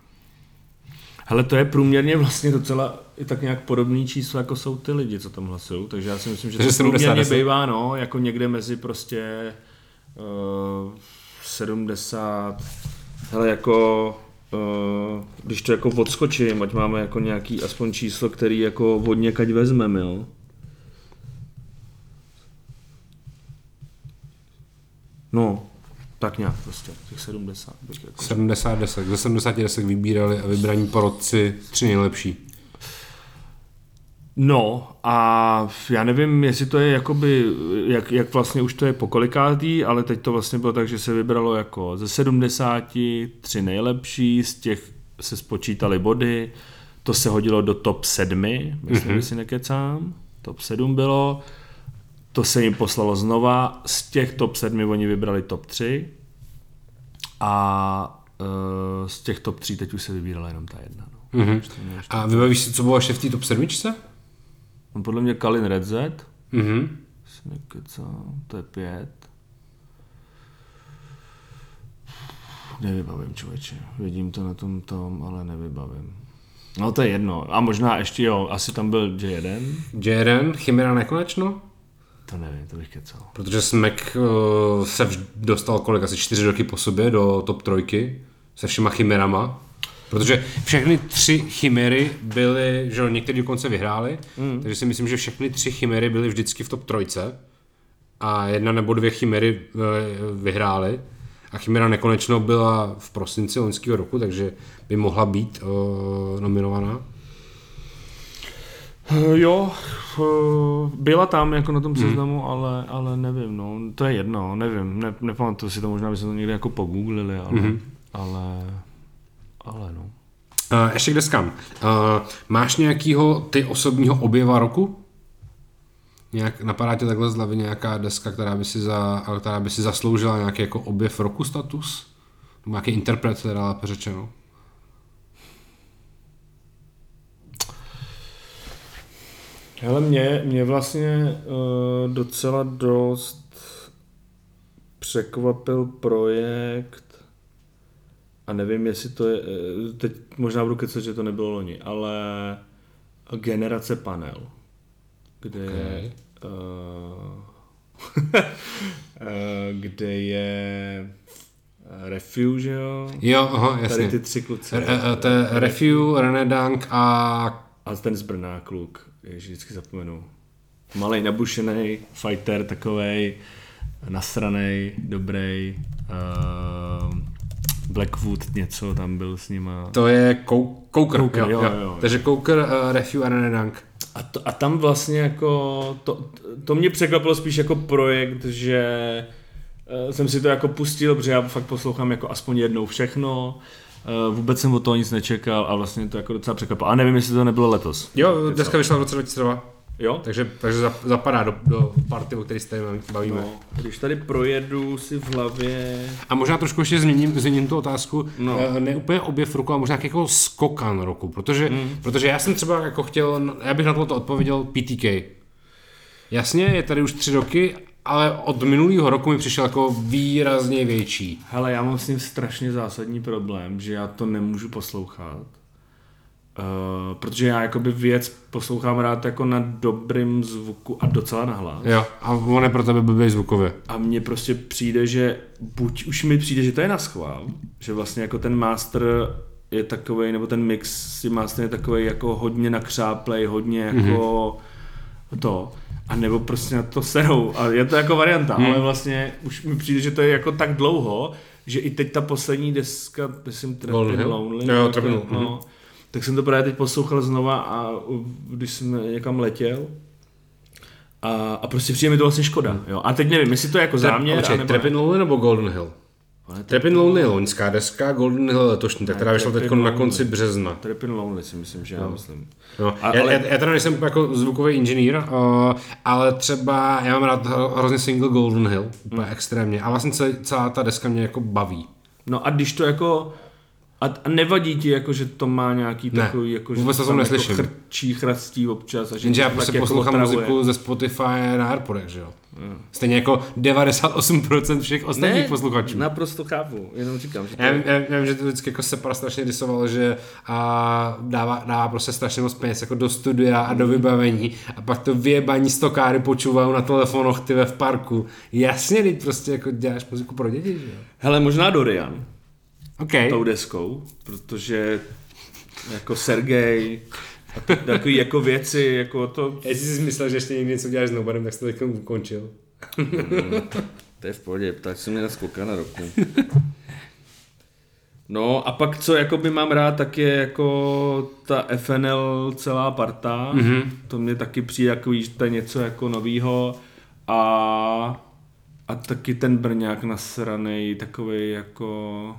Hele, to je průměrně vlastně docela i tak nějak podobný číslo, jako jsou ty lidi, co tam hlasují, takže já si myslím, že to průměrně bývá, no, jako někde mezi prostě uh, sedmdesát, hele, jako uh, když to jako odskočím, ať máme jako nějaký aspoň číslo, který jako od někať vezmeme, jo. No, tak nějak prostě, těch sedmdesát. Jako... sedmdesát desek, ze sedmdesáti desek vybírali a vybraní porotci tři nejlepší. No a já nevím, jestli to je jakoby, jak, jak vlastně už to je pokolikátý, ale teď to vlastně bylo tak, že se vybralo jako ze sedmdesáti tři nejlepší, z těch se spočítali body, to se hodilo do top sedmi, myslím, mm-hmm. že si nekecám, top sedm bylo, to se jim poslalo znova, z těch top sedmi oni vybrali top tři a uh, z těch top tří teď už se vybírala jenom ta jedna. No. Mm-hmm. A vybavíš si, co bylo ještě v té top sedmičce? No, podle mě Kalin Red Z, mm-hmm. to je pět. Nevybavím, člověče. Vidím to na tom tom, ale nevybavím. No to je jedno. A možná ještě jo, asi tam byl J jeden. J jeden, Chimera nekonečno? To nevím, to bych kecal. Protože Smek uh, se vž- dostal kolik, asi čtyři roky po sobě do top trojky se všema chimerama. Protože všechny tři chimery byly, že některý dokonce vyhráli, mm. takže si myslím, že všechny tři chimery byly vždycky v top trojce a jedna nebo dvě chimery vyhrály a Chimera nekonečno byla v prosinci loňského roku, takže by mohla být uh, nominovaná. Jo, byla tam jako na tom seznamu, hmm. ale, ale nevím, no, to je jedno, nevím, ne, nepamatuji si to, možná by se to někde jako pogooglili, ale, hmm. ale, ale no. Uh, ještě k deskám. Uh, máš nějakýho ty osobního objeva roku? Nějak, napadá tě takhle z hlavy nějaká deska, která by si, za, která by si zasloužila nějaký jako objev roku status? Nebo nějaký interpret, teda lépe řečeno? Hele, mě, mě vlastně uh, docela dost překvapil projekt a nevím, jestli to je, teď možná budu kecat, že to nebylo loni, ale Generace Panel, kde okay. je uh, kde je Refu, že jo? Jo, aha, jasně. Tady ty tři kluci. To je Refu, René Dank a... A ten z Brna kluk, ježi, vždycky zapomenu. Malej, nabušenej, fighter, takovej, nasranej, dobrý. Uh, Blackwood něco tam byl s nima. To je Coker, Coker, jo, jo, jo. jo, jo. Takže Coker, uh, Refu a René Dank. A, to, a tam vlastně jako, to, to mě překvapilo spíš jako projekt, že uh, jsem si to jako pustil, protože já fakt poslouchám jako aspoň jednou všechno. Uh, vůbec jsem o toho nic nečekal a vlastně to jako docela překvapilo. A nevím, jestli to nebylo letos. Jo, dneska vyšla v roce dva tisíce dva. Jo? Takže, takže zapadá do, do party, o který se tady bavíme. No, když tady projedu si v hlavě... A možná trošku ještě změním, změním tu otázku. No. Ne úplně objev roku, ale možná jako skokan roku. Protože, mm. protože já jsem třeba jako chtěl, já bych na to odpověděl P T K. Jasně, je tady už tři roky, ale od minulého roku mi přišel jako výrazně větší. Hele, já mám s ním strašně zásadní problém, že já to nemůžu poslouchat. Uh, protože já jakoby věc poslouchám rád jako na dobrým zvuku a docela nahlas. Jo, a on je pro tebe blbý zvukově. A mně prostě přijde, že buď už mi přijde, že to je na schvál, že vlastně jako ten master je takovej, nebo ten mix si master je takovej jako hodně nakřáplej, hodně jako mm-hmm. to, a nebo prostě na to serou. A je to jako varianta, hmm. ale vlastně už mi přijde, že to je jako tak dlouho, že i teď ta poslední deska, myslím, Trappin' Lonely, jo, Trappin', no, no, tak jsem to právě teď poslouchal znova a když jsem někam letěl a, a prostě přijde mi to vlastně škoda. Jo. A teď nevím, jestli to je jako záměr. Počkej, nebo Trappin' Lonely nebo Golden Hill? Trappin' Lonely je loňská deska, Golden Hill letošní, tak která vyšla teď na konci března. Trappin' Lonely si myslím, že no. já myslím. No. A, já, ale... já, já teda nejsem jako zvukový inženýr, uh, ale třeba já mám rád hrozně single Golden Hill, úplně hmm. extrémně. A vlastně celá, celá ta deska mě jako baví. No a když to jako... A nevadí ti, jako, že to má nějaký ne, takový, jako, že vůbec to tam neslyším. Jako chrčí, chrastí občas. A že Jenže já prostě poslouchám jako muziku ze Spotify na Airpodech, že jo? Mm. Stejně jako devadesát osm procent všech ostatních ne, posluchačů. Naprosto chápu, jenom říkám. Že to... já, vím, já vím, že to vždycky jako Separa strašně disoval, že a dává, dává prostě strašně moc peněz jako do studia a do vybavení a pak to vyjebaní stokáry počúvají na telefonoch tyve v parku. Jasně, teď prostě jako děláš muziku pro děti, že jo? Hele, možná Dorian. Okay. Tou deskou, protože jako Sergej a ty takový jako věci, jako to... Jestli jsi myslel, že ještě někdy něco děláš s Nobarem, tak jsi to teď ukončil. Mm, to je v pohodě, ptáš se mě na skoka na roku. No a pak co jakoby mám rád, tak je jako ta F N L celá parta, mm-hmm. to mě taky přijde jako, že to je něco jako novýho a, a taky ten Brňák nasranej, takovej jako...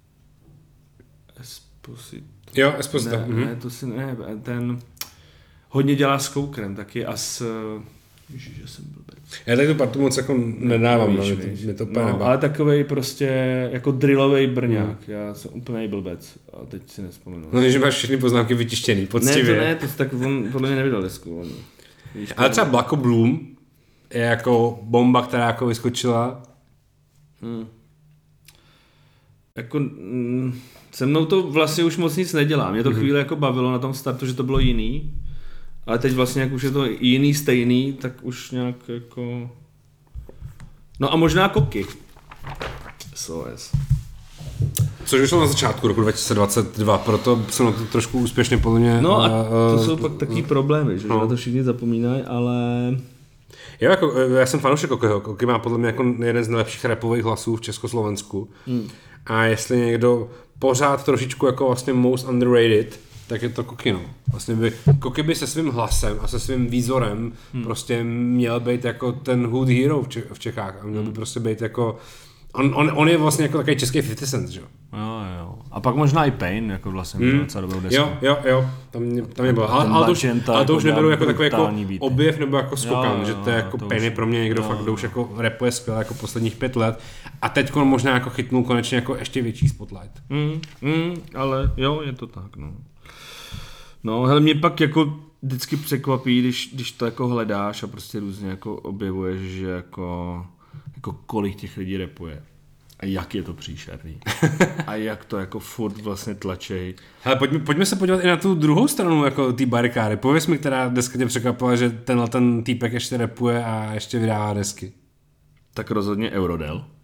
Esposito. Jo, Esposito. Ne, mm-hmm. ne, to si ne, ten hodně dělá s Koukrem taky a s... Ježiš, že jsem blbec. Já tady tu partu moc jako nedávám, no, mě to úplně no, ale takovej prostě jako drillovej Brňák, mm. já jsem úplnej blbec a teď si nespomenu. No, že máš všechny poznámky vytištěný, poctivě. Ne, to ne, to tak on podle mě nevydal desku. On, víš, ale třeba Blacko Bloom je jako bomba, která jako vyskočila. Hmm. Jako... Mm, se mnou to vlastně už moc nic nedělá. Mě to mm-hmm. chvíli jako bavilo na tom startu, že to bylo jiný. Ale teď vlastně, jak už je to jiný, stejný, tak už nějak jako... No a možná Koky. S O S. Což vyšlo na začátku roku dva tisíce dvacet dva, proto se na to trošku úspěšně podle mě... No a to uh, jsou pak takový problémy, že no. na to všichni zapomínají, ale... Jo, jako, já jsem fanoušek Kokyho. Koky má podle mě jako jeden z nejlepších rapových hlasů v Československu. Hmm. A jestli někdo pořád trošičku jako vlastně most underrated, tak je to Koky, no. Vlastně by, Koky by se svým hlasem a se svým výzorem hmm. prostě měl být jako ten hood hero v, Čech, v Čechách a měl by prostě být jako on, on, on je vlastně jako takový český fifty cent, že jo? Jo, jo. A pak možná i Pain, jako vlastně hmm. docela dobrou desku. Jo, jo, jo, tam mě, tam mě bylo. Ale, ale, to už, ale to už neberu jako takový jako objev nebo jako skokan, jo, jo, že to je jako to Pain je pro mě někdo jo, fakt, kdo už jako rapuje skvěle jako posledních pět let a teď možná jako chytnul konečně jako ještě větší spotlight. Mm, mm, ale jo, je to tak, no. No, hele, mě pak jako vždycky překvapí, když, když to jako hledáš a prostě různě jako objevuješ, že jako, jako kolik těch lidí rapuje. A jak je to příšerný. A jak to jako furt vlastně tlačej. Hele, pojďme, pojďme se podívat i na tu druhou stranu jako té barikády. Pověz mi, která deska tě překvapila, že tenhle ten týpek ještě rapuje a ještě vydává desky. Tak rozhodně Eurodel.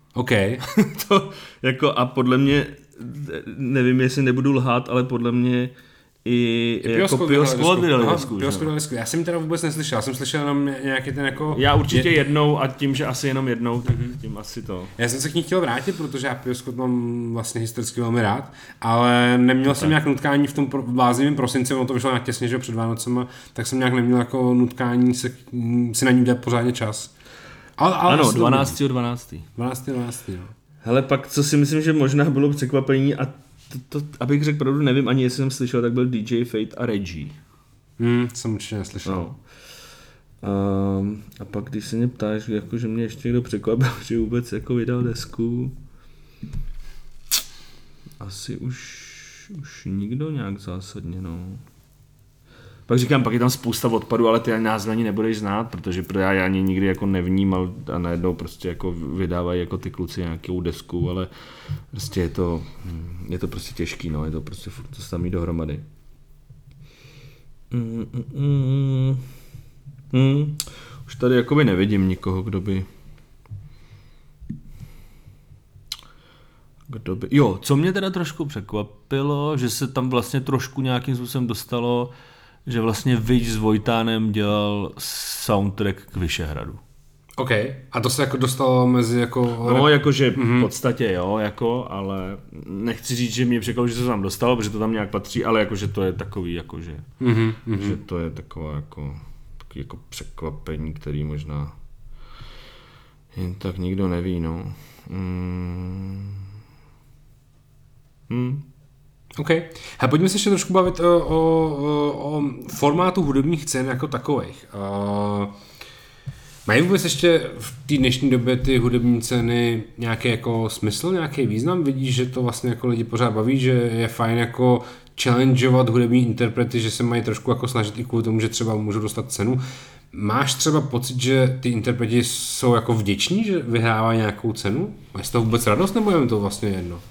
OK. To jako a podle mě, nevím, jestli nebudu lhát, ale podle mě i I jako Pio Squad vydali desku. Pio Squad desku. Já jsem teda vůbec neslyšel, já jsem slyšel jenom nějaký ten jako... Já určitě je... jednou a tím, že asi jenom jednou, tak mm-hmm. tím asi to. Já jsem se k ní chtěl vrátit, protože já Pio Squad mám vlastně historicky velmi rád, ale neměl jsem nějak nutkání v tom pro, bláznivém prosinci, ono to vyšlo nějak těsně, že před Vánocema, tak jsem nějak neměl jako nutkání se, si na ní dát pořádně čas. Ale, ale ano, dvanáctého dvanáctého dvanáctého dvanáctého No. Hele, pak co si myslím, že možná bylo překvapení a to, to, abych řekl pravdu, nevím ani jestli jsem slyšel, tak byl D J Fate a Reggie. Hmm, jsem určitě neslyšel. No. Um, a pak když se mě ptáš, jako, že mě ještě někdo překvapil, že vůbec jako vydal desku, asi už, už nikdo nějak zásadně, no. Pak říkám, pak je tam spousta odpadů, ale ty nás ani nebudeš znát, protože já ani nikdy jako nevnímal a najednou prostě jako vydávají jako ty kluci nějakou desku, ale prostě je to, je to prostě těžký, no, je to prostě furt to samý dohromady. Mm, mm, mm, mm. Už tady jakoby nevidím nikoho, kdo by... Kdo by... Jo, co mě teda trošku překvapilo, že se tam vlastně trošku nějakým způsobem dostalo, že vlastně Vič s Vojtánem dělal soundtrack k Vyšehradu. OK. A to se jako dostalo mezi jako... No, jakože mm-hmm. v podstatě jo, jako, ale nechci říct, že mě překvapilo, že se to tam dostalo, protože to tam nějak patří, ale jakože to je takový, jakože, mm-hmm. že to je taková jako, takový jako překvapení, který možná jen tak nikdo neví, no. Mm. Hmm. OK. A pojďme se ještě trošku bavit o, o, o formátu hudebních cen jako takových. Uh, mají vůbec ještě v té dnešní době ty hudební ceny nějaký jako smysl, nějaký význam? Vidíš, že to vlastně jako lidi pořád baví, že je fajn jako challengeovat hudební interprety, že se mají trošku jako snažit i kvůli tomu, že třeba můžou dostat cenu. Máš třeba pocit, že ty interpreti jsou jako vděční, že vyhrávají nějakou cenu? Máš z toho vůbec radost, nebo je to vlastně jedno?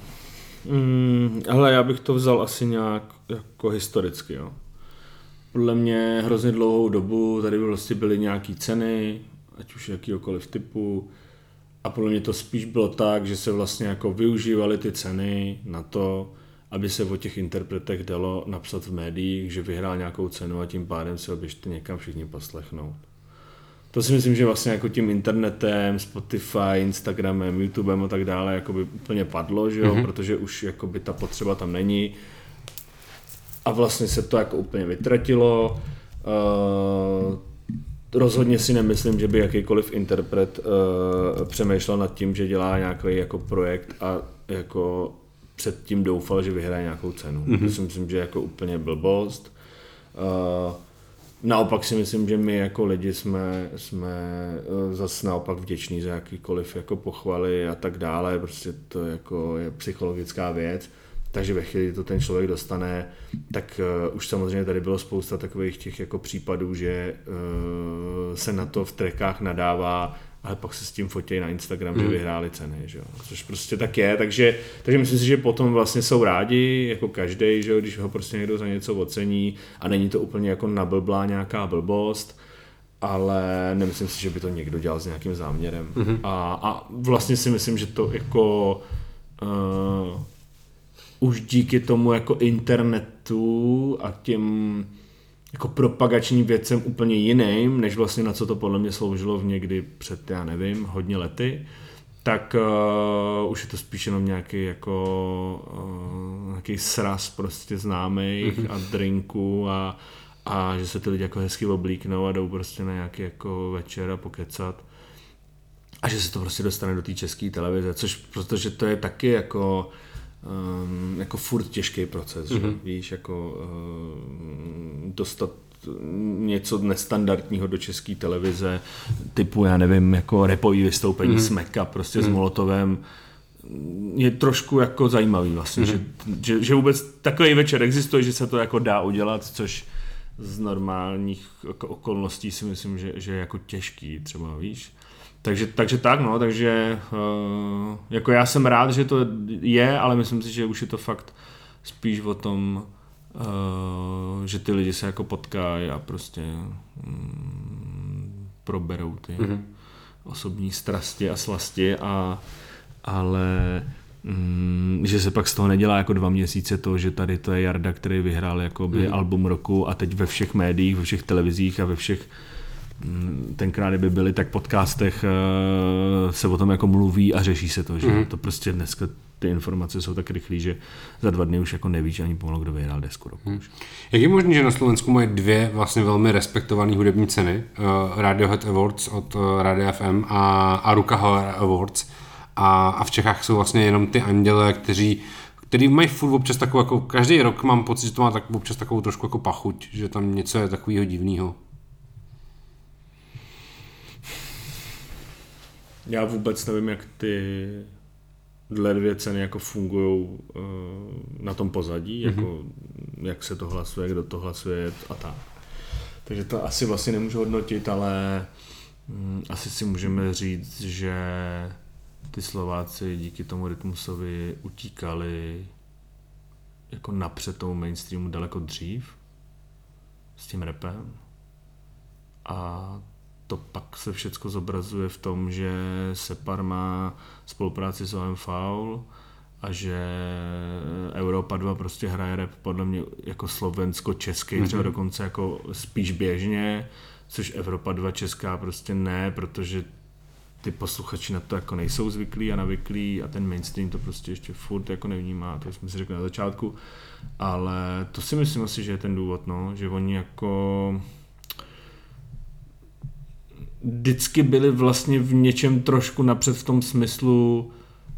Mm, ale já bych to vzal asi nějak jako historicky, jo. Podle mě hrozně dlouhou dobu tady vlastně byly nějaký ceny, ať už jakýkoliv typu, a podle mě to spíš bylo tak, že se vlastně jako využívaly ty ceny na to, aby se o těch interpretech dalo napsat v médiích, že vyhrál nějakou cenu a tím pádem se ho běžte někam všichni poslechnout. To si myslím, že vlastně jako tím internetem, Spotify, Instagramem, YouTubem a tak dále jakoby úplně padlo, že jo? Mm-hmm. Protože už jakoby ta potřeba tam není a vlastně se to jako úplně vytratilo. Uh, rozhodně si nemyslím, že by jakýkoliv interpret uh, přemýšlel nad tím, že dělá nějaký jako projekt a jako předtím doufal, že vyhraje nějakou cenu. Mm-hmm. To si myslím, že je jako úplně blbost. Uh, Naopak si myslím, že my jako lidi jsme, jsme zase naopak vděční za jakýkoliv jako pochvaly a tak dále, prostě to jako je psychologická věc, takže ve chvíli, kdy to ten člověk dostane, tak uh, už samozřejmě tady bylo spousta takových těch jako případů, že uh, se na to v trackách nadává, ale pak se s tím fotějí na Instagram, mm. že vyhráli ceny, že jo? Což prostě tak je, takže, takže myslím si, že potom vlastně jsou rádi, jako každej, že jo? Když ho prostě někdo za něco ocení a není to úplně jako nablblá nějaká blbost, ale nemyslím si, že by to někdo dělal s nějakým záměrem. Mm-hmm. A, a vlastně si myslím, že to jako uh, už díky tomu jako internetu a těm jako propagačním věcem úplně jiným, než vlastně na co to podle mě sloužilo v někdy před, já nevím, hodně lety, tak uh, už je to spíš jenom nějaký jako uh, nějaký sraz prostě známých mm-hmm. a drinků a, a že se ty lidi jako hezky oblíknou a jdou prostě na nějaký jako večer a pokecat. A že se to prostě dostane do té české televize, což protože to je taky jako Um, jako furt těžký proces, mm-hmm. že? Víš, jako uh, dostat něco nestandardního do české televize, typu, já nevím, jako rapový vystoupení mm-hmm. Smeka prostě mm-hmm. s Molotovem, je trošku jako zajímavý vlastně, mm-hmm. že, že, že vůbec takový večer existuje, že se to jako dá udělat, což z normálních jako okolností si myslím, že, že je jako těžký třeba, víš. Takže, takže tak, no, takže uh, jako já jsem rád, že to je, ale myslím si, že už je to fakt spíš o tom, uh, že ty lidi se jako potkají a prostě um, proberou ty, mm-hmm. osobní strasti a slasti, a, ale mm, že se pak z toho nedělá jako dva měsíce to, že tady to je Jarda, který vyhrál jakoby mm. album roku a teď ve všech médiích, ve všech televizích a ve všech tenkrát, kdyby byly, tak podcastech se o tom jako mluví a řeší se to, že mm. to prostě dneska ty informace jsou tak rychlý, že za dva dny už jako nevíš ani pomalu, kdo vyhrál desku roku. Hmm. Jak je možné, že na Slovensku mají dvě vlastně velmi respektované hudební ceny, uh, Radiohead Awards od uh, Radio F M a, a Ruka Hora Awards, a, a v Čechách jsou vlastně jenom ty Anděle, kteří který mají furt občas takovou, jako každý rok mám pocit, že to má tak občas takovou trošku jako pachuť, že tam něco je takového divného. Já vůbec nevím, jak ty dle dvě ceny jako fungují uh, na tom pozadí, mm-hmm. jako jak se to hlasuje, kdo to hlasuje a tak. Takže to asi vlastně nemůžu hodnotit, ale um, asi si můžeme říct, že ty Slováci díky tomu Rytmusovi utíkali jako napřed tomu mainstreamu daleko dřív s tím rapem. A to pak se všecko zobrazuje v tom, že Separ má spolupráci s O M Foul a že Europa dva prostě hraje rap podle mě jako slovensko-český, mm-hmm. třeba dokonce jako spíš běžně, což Evropa dva česká prostě ne, protože ty posluchači na to jako nejsou zvyklí a navyklí a ten mainstream to prostě ještě furt jako nevnímá, to jsme si řekli na začátku, ale to si myslím asi, že je ten důvod, no, že oni jako vždycky byli vlastně v něčem trošku napřed v tom smyslu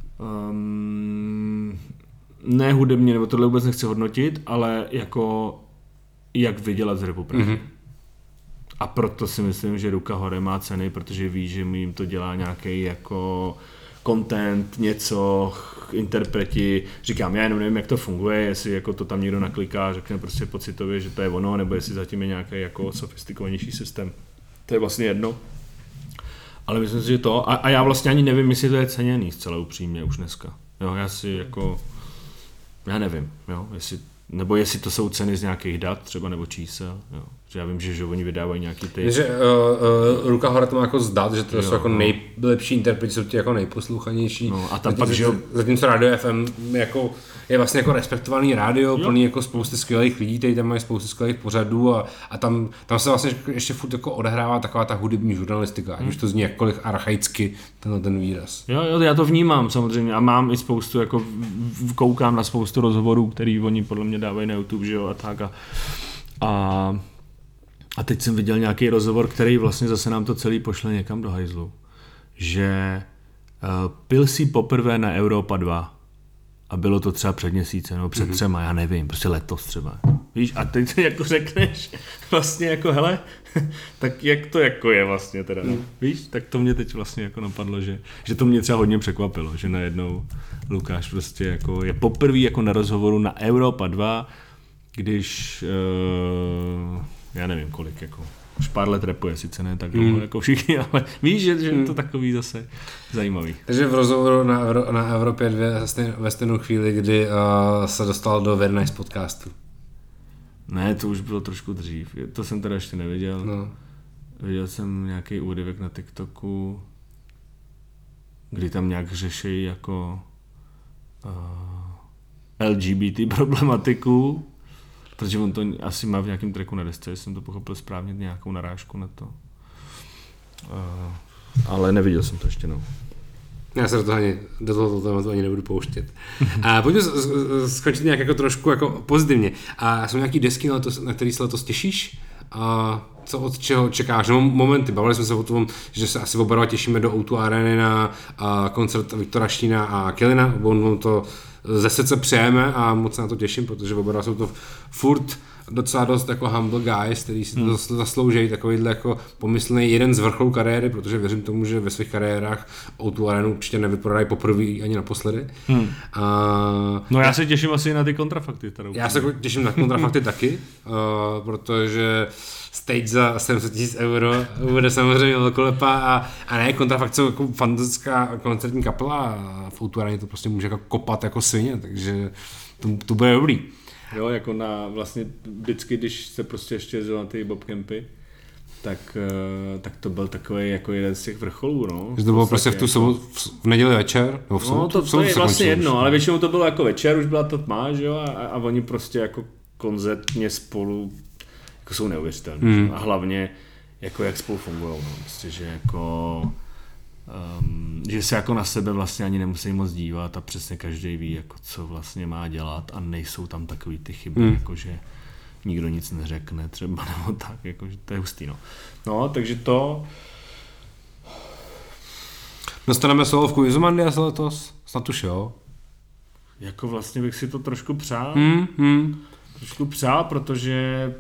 um, ne hudebně, nebo tohle vůbec nechci hodnotit, ale jako jak vydělat z rapu právě. Mm-hmm. A proto si myslím, že Ruka Hore má ceny, protože ví, že jim to dělá nějaký jako content, něco, interpreti. Říkám, já jenom nevím, jak to funguje, jestli jako to tam někdo nakliká a řekne prostě pocitově, že to je ono, nebo jestli zatím je nějaký jako sofistikovanější systém. To je vlastně jedno. Ale myslím si, že to, a, a já vlastně ani nevím, jestli to je ceněný zcela upřímně už dneska. Jo, já si jako, já nevím, jo, jestli, nebo jestli to jsou ceny z nějakých dat třeba, nebo čísel, jo. Že já vím, že, že oni vydávají nějaký ty... Že uh, uh, Ruka Hora to má jako zdat, že to jo, jsou jako nejlepší interpreti, jsou ti jako nejposlouchanější. No, a tam zatím, pak, že jo... Zatímco Radio F M jako, je vlastně jako respektovaný rádio, jo. Plný jako spousty skvělých lidí, tady tam mají spousty skvělých pořadů a, a tam, tam se vlastně ještě furt jako odehrává taková ta hudební žurnalistika, ať už to zní jakkoliv archaicky, tenhle ten výraz. Jo, jo, já to vnímám samozřejmě a mám i spoustu, jako koukám na spoustu rozhovorů, který oni podle mě dávají na YouTube, že jo, a tak a, a A teď jsem viděl nějaký rozhovor, který vlastně zase nám to celý pošle někam do hajzlu. Že uh, pil si poprvé na Europa dva a bylo to třeba před měsícem nebo před mm-hmm. třema, já nevím, prostě letos třeba. Víš, a teď si jako řekneš vlastně jako hele, tak jak to jako je vlastně teda, mm. víš, tak to mě teď vlastně jako napadlo, že, že to mě třeba hodně překvapilo, že najednou Lukáš prostě jako je poprvé jako na rozhovoru na Europa dva, když uh, já nevím kolik, jako už pár let rapuje, sice ne tak dlouho mm. jako všichni, ale víš, že, že mm. je to takový zase zajímavý. Takže v rozhovoru na, Evro, na Evropě dvě ve stejnou chvíli, kdy uh, se dostal do Very Nice podcastu. Ne, to už bylo trošku dřív, to jsem teda ještě neviděl. No. Viděl jsem nějaký úryvek na TikToku, kdy tam nějak řeší jako uh, L G B T problematiku, protože on to asi má v nějakém tracku na desce, jsem to pochopil správně, nějakou narážku na to. Uh, ale neviděl jsem to ještě, no. Já se do toho ani, do tohoto tématu ani nebudu pouštět. A pojďme skončit nějak jako trošku jako pozitivně. A jsou nějaký desky, na, to, na který se letos těšíš? A co od čeho čekáš? No, momenty, bavili jsme se o tom, že se asi oba těšíme do O dva Areny na koncert Viktora Štína a Killina, on to ze srdce přejeme a moc se na to těším, protože oba jsou to furt docela dost jako humble guys, který si to hmm. zaslouží takovýhle jako pomyslný jeden z vrcholů kariéry, protože věřím tomu, že ve svých kariérách O dva Arenu určitě nevyprodají poprvé ani naposledy. Hmm. A no já se těším asi na ty kontrafakty. Teda já se těším na kontrafakty taky, uh, protože stage za sedm set tisíc euro bude samozřejmě velkolepá a, a ne, kontrafakt jsou jako fantastická koncertní kapela a v O dva Areně to prostě může jako kopat jako svině, takže to, to bude dobrý. Jo, jako na vlastně vždycky, když se prostě ještě jezdil na ty bobcampy, tak, tak to byl takový jako jeden z těch vrcholů, no. Že to bylo prostě v tu sobotu, v neděli večer? No, v sobotu, no to, to je vlastně jedno, ale většinou to bylo jako večer, už byla ta tma, že jo, a, a oni prostě jako koncertně spolu jako jsou neuvěřitelní. Hmm. A hlavně jako jak spolu fungují, no. Prostě, že jako um, že se jako na sebe vlastně ani nemusí moc dívat a přesně každý ví, jako co vlastně má dělat a nejsou tam takový ty chyby, hmm. jako že nikdo nic neřekne třeba nebo tak, jako že to je hustý, no. No, takže to... Dostaneme solovku Izomandias letos? Snad už jo. Jako vlastně bych si to trošku přál. Hmm, hmm. Trošku přál, protože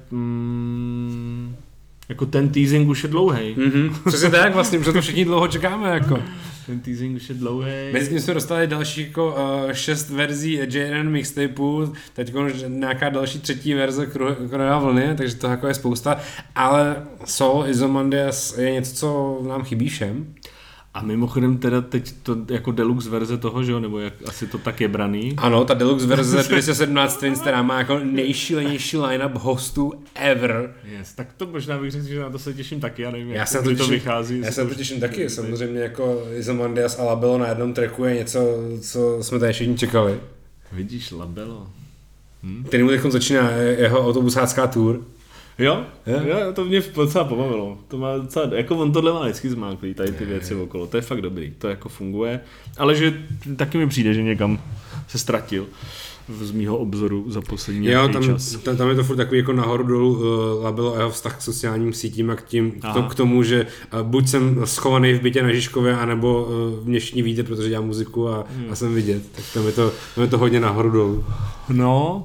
mm, jako ten teasing už je dlouhej. Mm-hmm. Přesně tak, vlastně, protože to všichni dlouho čekáme, jako. Ten teasing už je dlouhej. Mezi tím jsme dostali další jako uh, šest verzí J R N mixtapů, teď nějaká další třetí verze Krojeva vlny, takže to jako je spousta, ale Soul Izomandias je něco, co nám chybí všem. A mimochodem teda teď to jako deluxe verze toho, že jo, nebo jak asi to tak je braný. Ano, ta deluxe verze dvě stě sedmnáct Twins, která má jako nejšílenější line-up hostů ever. Yes, tak to možná bych řekl, že na to se těším taky, já nevím, já jak se to, to, těším, to vychází. Já se to těším taky, samozřejmě jako Izomandias a Labelo na jednom tracku je něco, co jsme tady všichni čekali. Vidíš, Labelo. Hm? Který mu teď začíná jeho autobusácká tour. Jo, yeah. jo, to mě docela pobavilo. To má docela, jako on tohle má vždycky zmáklý, tady ty věci okolo. To je fakt dobrý, to jako funguje. Ale že taky mi přijde, že někam se ztratil z mýho obzoru za poslední jo, tam, čas. Tam, tam je to furt takový jako nahoru dolů uh, Labelo a jeho vztah k sociálním sítím a k, tím, k, to, k tomu, že uh, buď jsem schovaný v bytě na Žižkově, anebo uh, mě všichni víte, protože dělám muziku a, hmm. a jsem vidět. Tak tam je to, tam je to hodně nahoru dolů. No.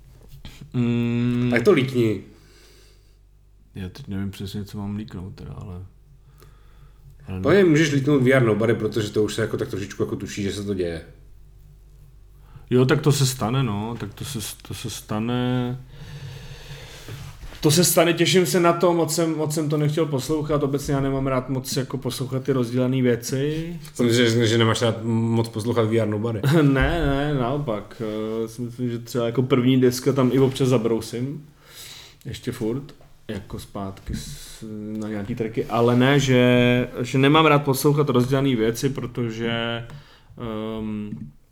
Mm. Tak to líkni. Já teď nevím přesně, co mám líknout teda, ale... ale Pane, můžeš líknout V R Nobody, protože to už se jako tak trošičku jako tuší, že se to děje. Jo, tak to se stane, no, tak to se, to se stane... To se stane, těším se na to, moc jsem, moc jsem to nechtěl poslouchat, obecně já nemám rád moc jako poslouchat ty rozdělané věci. Jsem že, že nemáš rád moc poslouchat V R Nobody. ne, ne, naopak. Uh, myslím, že třeba jako první deska tam i občas zabrousím. Ještě furt. Jako zpátky na nějaký tracky, ale ne, že, že nemám rád poslouchat rozdělané věci, protože um,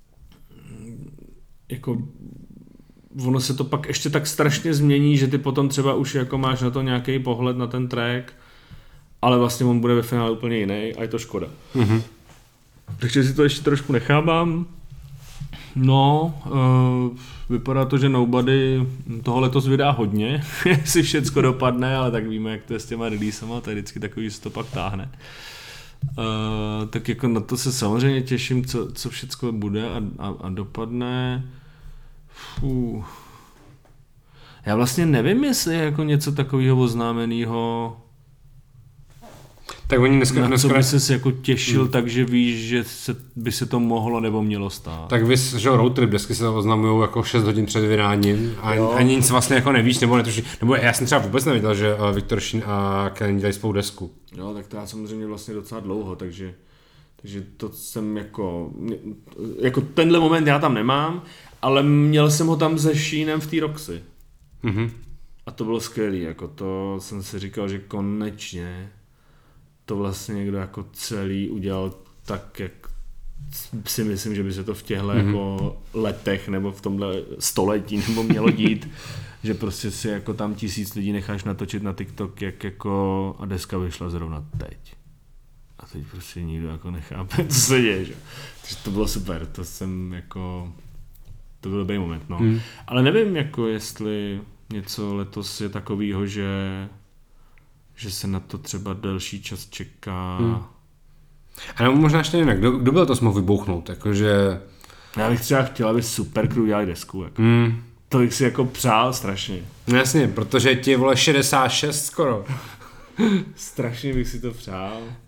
jako ono se to pak ještě tak strašně změní, že ty potom třeba už jako máš na to nějaký pohled na ten track, ale vlastně on bude ve finále úplně jiný a je to škoda. Mm-hmm. Takže si to ještě trošku nechávám. No, uh, vypadá to, že Nobody toho letos vydá hodně, jestli všecko dopadne, ale tak víme, jak to je s těma releasama, to je vždycky takový, že se to pak táhne. Uh, tak jako na to se samozřejmě těším, co, co všecko bude a, a, a dopadne. Fuh. Já vlastně nevím, jestli je jako něco takového oznámeného. Tak oni dneska, na dneska... co by ses jako těšil, hmm. takže víš, že se, by se to mohlo nebo mělo stát. Tak vys, že road trip desky se oznamujou jako šest hodin před vydáním a ani nic vlastně jako nevíš, nebo netuší, nebo já jsem třeba vůbec nevěděl, že Viktor Šín a Ken dělají spolu desku. Jo, tak to já samozřejmě vlastně docela dlouho, takže, takže to jsem jako, jako tenhle moment já tam nemám, ale měl jsem ho tam se Šínem v té Roxy. Mhm. A to bylo skvělý, jako to jsem si říkal, že konečně to vlastně někdo jako celý udělal tak, jak si myslím, že by se to v těchto mm-hmm. jako letech nebo v tomhle století nebo mělo dít, že prostě si jako tam tisíc lidí necháš natočit na TikTok, jak jako a deska vyšla zrovna teď. A teď prostě nikdo jako nechápe, co se děje, že? Takže to bylo super, to jsem jako, to byl dobrý moment, no. Mm. Ale nevím, jako jestli něco letos je takovýho, že že se na to třeba delší čas čeká. Hmm. A nebo možná ještě jinak, kdo, kdo byl to, mohl vybouchnout, jakože... Já bych třeba chtěl, aby Supercrew udělali desku, jako. Hmm. To bych si jako přál strašně. No jasně, protože ti vole šedesát šest skoro. Strašně bych si to přál, uh,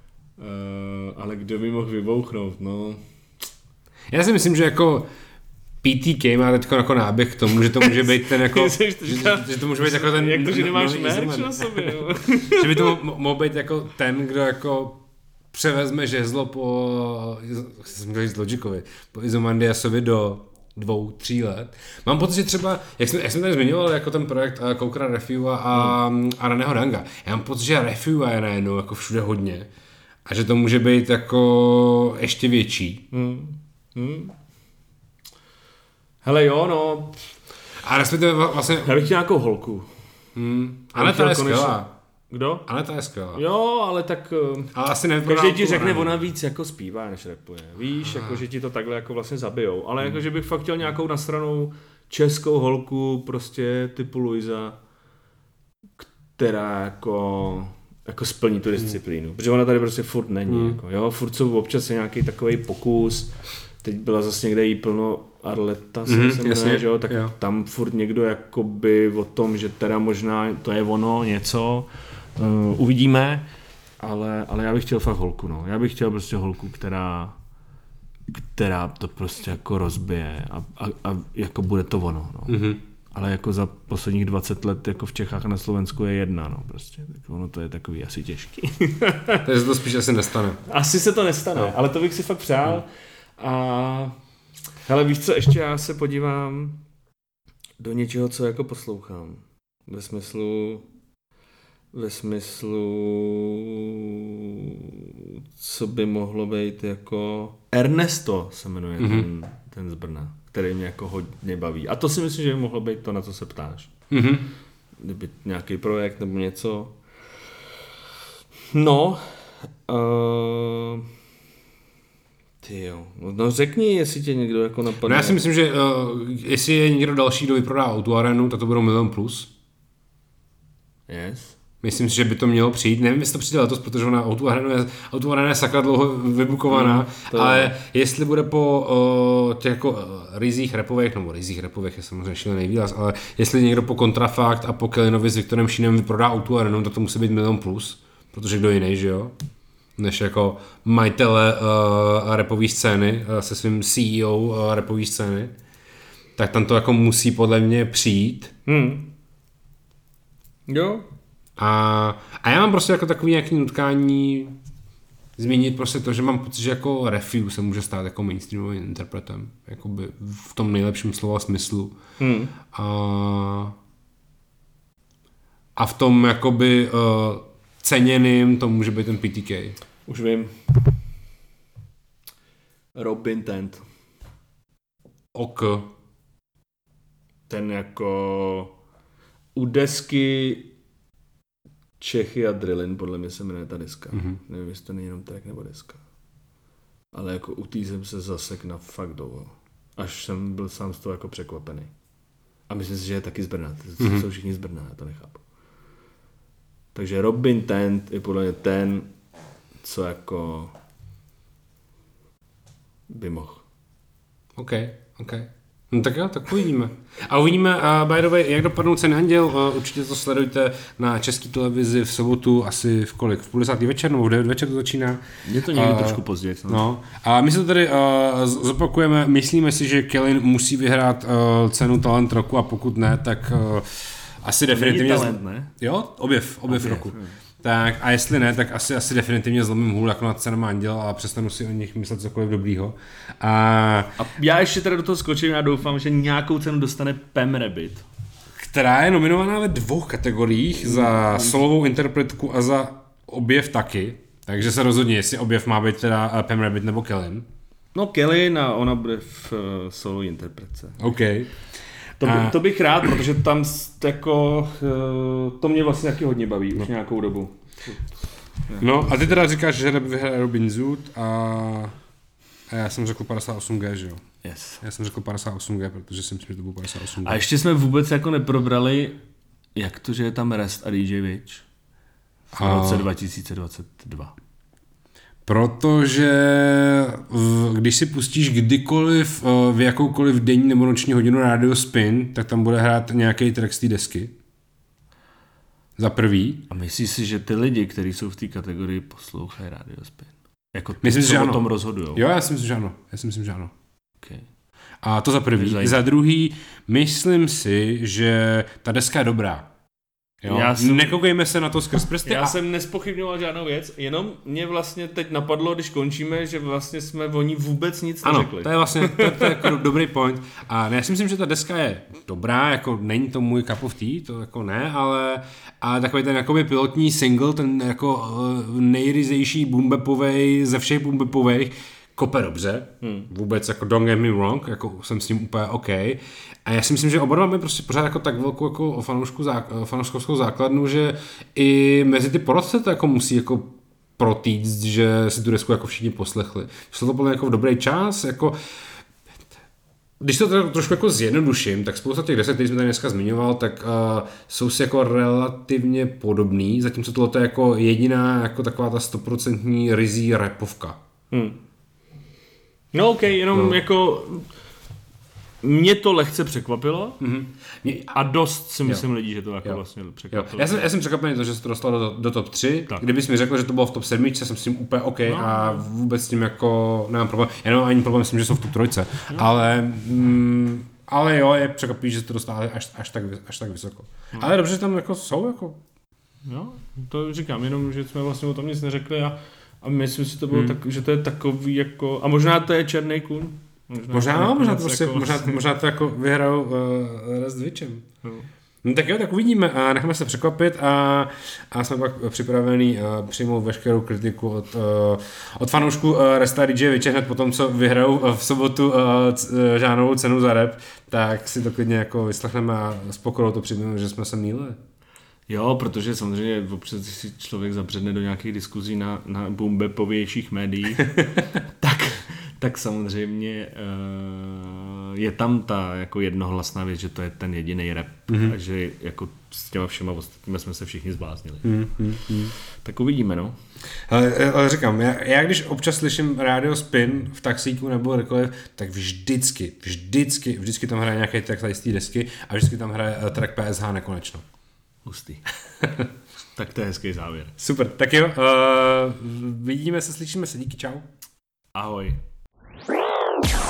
ale kdo by mohl vybouchnout, no... Já si myslím, že jako P T K má teď jako náběh k tomu, že to může být ten jako... že, že to může být jako ten... Jak to, že nemáš merch na sobě, jo? Že by to mohl být jako ten, kdo jako převezme žezlo po... Jsem to říct Logikovi. Po Izomandiasovi do, dvou, tří let. Mám pocit, že třeba, jak jsme, jak jsme tady zmiňovali, jako ten projekt uh, Koukra Refiua a, hmm. a Raného Danga, já mám pocit, že Refua je najednou jako všude hodně a že to může být jako ještě větší. Hmm. Hmm. Hele jo, no. A respektive vlastně... Já bych chtěl nějakou holku. Hmm. Aneta je skvělá. Kdo? Aneta je skvělá. Jo, ale tak... Ale asi každý ti řekne, ona víc jako zpívá, než rapuje. Víš, jako, že ti to takhle jako vlastně zabijou. Ale jako, že bych fakt chtěl nějakou nasranou českou holku, prostě typu Luisa, která jako, jako splní tu disciplínu. Hmm. Protože ona tady prostě furt není. Hmm. Jako, jo? Furt jsou občas nějaký takový pokus. Teď byla zase někde jí plno Arleta, mm, se jmenuje, že jo? Tak jo. Tam furt někdo jakoby o tom, že teda možná to je ono, něco, uh, uvidíme, ale, ale já bych chtěl fakt holku, no. Já bych chtěl prostě holku, která, která to prostě jako rozbije a, a, a jako bude to ono, no. Mm-hmm. Ale jako za posledních dvacet let jako v Čechách a na Slovensku je jedna, no prostě. Tak ono to je takový asi těžký. Takže se to spíš asi nestane. Asi se to nestane, no. Ale to bych si fakt přál. Mm. A hele, víš co, ještě já se podívám do něčeho, co jako poslouchám. Ve smyslu, ve smyslu, co by mohlo být jako Ernesto se jmenuje mm-hmm. ten, ten z Brna, který mě jako hodně baví. A to si myslím, že by mohlo být to, na co se ptáš. Mm-hmm. Kdyby nějaký projekt nebo něco. No, uh, ty jo, no řekni, jestli tě někdo jako napadne. No já si myslím, že uh, jestli je někdo další, kdo vyprodá Autoarenu, tak to budou milion plus. Yes. Myslím si, že by to mělo přijít. Nevím, jestli to přijde letos, protože ona Autoarena je, Autoarena je sakra dlouho vybukovaná, mm, ale je. Jestli bude po uh, těch jako uh, ryzích rapových, nebo ryzích rapových je samozřejmě šílený výraz, ale jestli někdo po Kontrafakt a po Kellinovi s Viktorem Šínem vyprodá Autoarenu, tak to musí být milion plus, protože kdo jiný, že jo? Než jako majitele uh, rapové scény uh, se svým C E O uh, rapové scény, tak tam to jako musí podle mě přijít. Hmm. Jo. A, a já mám prostě jako takový nějaký nutkání zmínit prostě to, že mám pocit, že jako Refiu se může stát jako mainstreamovým interpretem, jakoby v tom nejlepším slova smyslu. Hmm. A, a v tom jakoby uh, ceněným to může být ten P T K. Už vím. Robin Tent. Ok. Ten jako u desky Čechy a Drillin, podle mě se jmenuje ta deska. Mm-hmm. Nevím, jestli to není jenom track nebo deska. Ale jako u tý jsem se zasek na fakt dlouho. Až jsem byl sám z toho jako překvapený. A myslím si, že je taky z Brna. Mm-hmm. Jsou všichni z Brna, já to nechápu. Takže Robin Tent je podle mě ten, co jako by mohl. OK, OK. No tak jo, tak uvidíme. A uvidíme, uh, by the way, jak dopadnou ceny Anděl, uh, určitě to sledujte na české televizi v sobotu asi v kolik, v půl desátý večer, nebo v devět večer to začíná. Je to někdy uh, trošku později. No. no. A my se to tady uh, zopakujeme, myslíme si, že Kellin musí vyhrát uh, cenu Talent roku a pokud ne, tak uh, asi to definitivně... Talent, ne? Jo, objev, objev, objev roku. Hmm. Tak a jestli ne, tak asi, asi definitivně zlomím hůl jako na cenama Anděl a přestanu si o nich myslet cokoliv dobrýho. A... a já ještě teda do toho skočím, já doufám, že nějakou cenu dostane Pam Rabbit. Která je nominovaná ve dvou kategoriích, za solovou interpretku a za objev taky. Takže se rozhodně, jestli objev má být teda Pam Rabbit nebo Kellin. No Kellin a ona bude v uh, solovou interpretce. OK. To, by, a... to bych rád, protože tam jako, to mě vlastně taky hodně baví už no. nějakou dobu. No a ty teda říkáš, že vyhraje Robin Zoot a... a já jsem řekl padesát osm gé, že jo? Yes. Já jsem řekl padesát osm gé, protože si myslím, že to bylo padesát osm gé. A ještě jsme vůbec jako neprobrali, jak to, že je tam Rest a D J Witch v a... roce dva tisíce dvacet dva. Protože když si pustíš kdykoliv v jakoukoliv denní nebo noční hodinu Radio Spin, tak tam bude hrát nějaký track z té desky. Za prvý. A myslíš si, že ty lidi, kteří jsou v té kategorii, poslouchají Radio Spin? Jako ty, myslím, co že o ano. tom rozhodujou? Jo, já si myslím, že ano. Já si myslím, že ano. Okay. A to za prvý. Za druhý, myslím si, že ta deska je dobrá. Jo, já jsem, nekoukejme se na to skrz prsty. Já a... jsem nespochybňoval žádnou věc, jenom mě vlastně teď napadlo, když končíme, že vlastně jsme o ní vůbec nic neřekli. Ano, to je vlastně to, to je jako dobrý point. A ne, já si myslím, že ta deska je dobrá, jako není to můj cup of tea, to jako ne, ale a takový ten jakoby pilotní single, ten jako nejryzejší boombapovej ze všech boombapových, kope dobře, hmm. vůbec jako don't get me wrong, jako jsem s ním úplně OK. A já si myslím, že oba máme prostě pořád jako tak velkou jako fanoušku zá, fanouškovskou základnu, že i mezi ty porodce to jako musí jako protýct, že si tu desku jako všichni poslechli. Že to bylo jako v dobrý čas, jako když to trošku jako zjednoduším, tak spousta těch desek, které jsme tady dneska zmiňoval, tak uh, jsou si jako relativně podobný, zatímco tohle je jako jediná jako taková ta stoprocentní rizí rapovka. Hmm. No ok, jenom no. jako mě to lehce překvapilo mm-hmm. a dost si myslím jo. lidí, že to jako jo. vlastně překvapilo. Já jsem, já jsem překvapený to, že se to dostalo do, do top tři, tak. Kdybys mi řekl, že to bylo v top sedm, jsem s tím úplně OK no. a vůbec s tím jako nemám problém. Já nemám ani problém s tím, že jsou v top trojce, no. ale, mm, ale jo, je překvapivý, že se to dostalo až, až, tak, až tak vysoko. No. Ale dobře, že tam jako jsou jako... No, to říkám, jenom, že jsme vlastně o tom nic neřekli a A myslím si, to bylo hmm. tak, že to je takový jako, a možná to je černý kůň. Možná, možná, no, možná, to prostě, jako... možná, možná to jako vyhrajou uh, s Twitchem. No. No tak jo, tak uvidíme a necháme se překvapit a, a jsme pak připraveni uh, přijmout veškerou kritiku od, uh, od fanoušků uh, Resta D J Witche hned po tom, co vyhrajou uh, v sobotu uh, c- žánovou cenu za rap, tak si to klidně jako vyslechneme a s pokorou to přijmeme, že jsme se mýlili. Jo, protože samozřejmě občas si člověk zabředne do nějakých diskuzí na, na boombapovějších médiích, tak, tak samozřejmě uh, je tam ta jako jednohlasná věc, že to je ten jediný rap mm-hmm. a že jako s těma všema ostatními jsme se všichni zbláznili. Mm-hmm. Tak uvidíme, no. Ale, ale říkám, já, já když občas slyším Radio Spin v taxíku nebo kdekoliv, tak vždycky, vždycky, vždycky tam hraje nějaký track z té desky a vždycky tam hraje track P S H nekonečno. Hustý. Tak to je hezký závěr. Super, tak jo, uh, vidíme se, slyšíme se, díky, čau. Ahoj.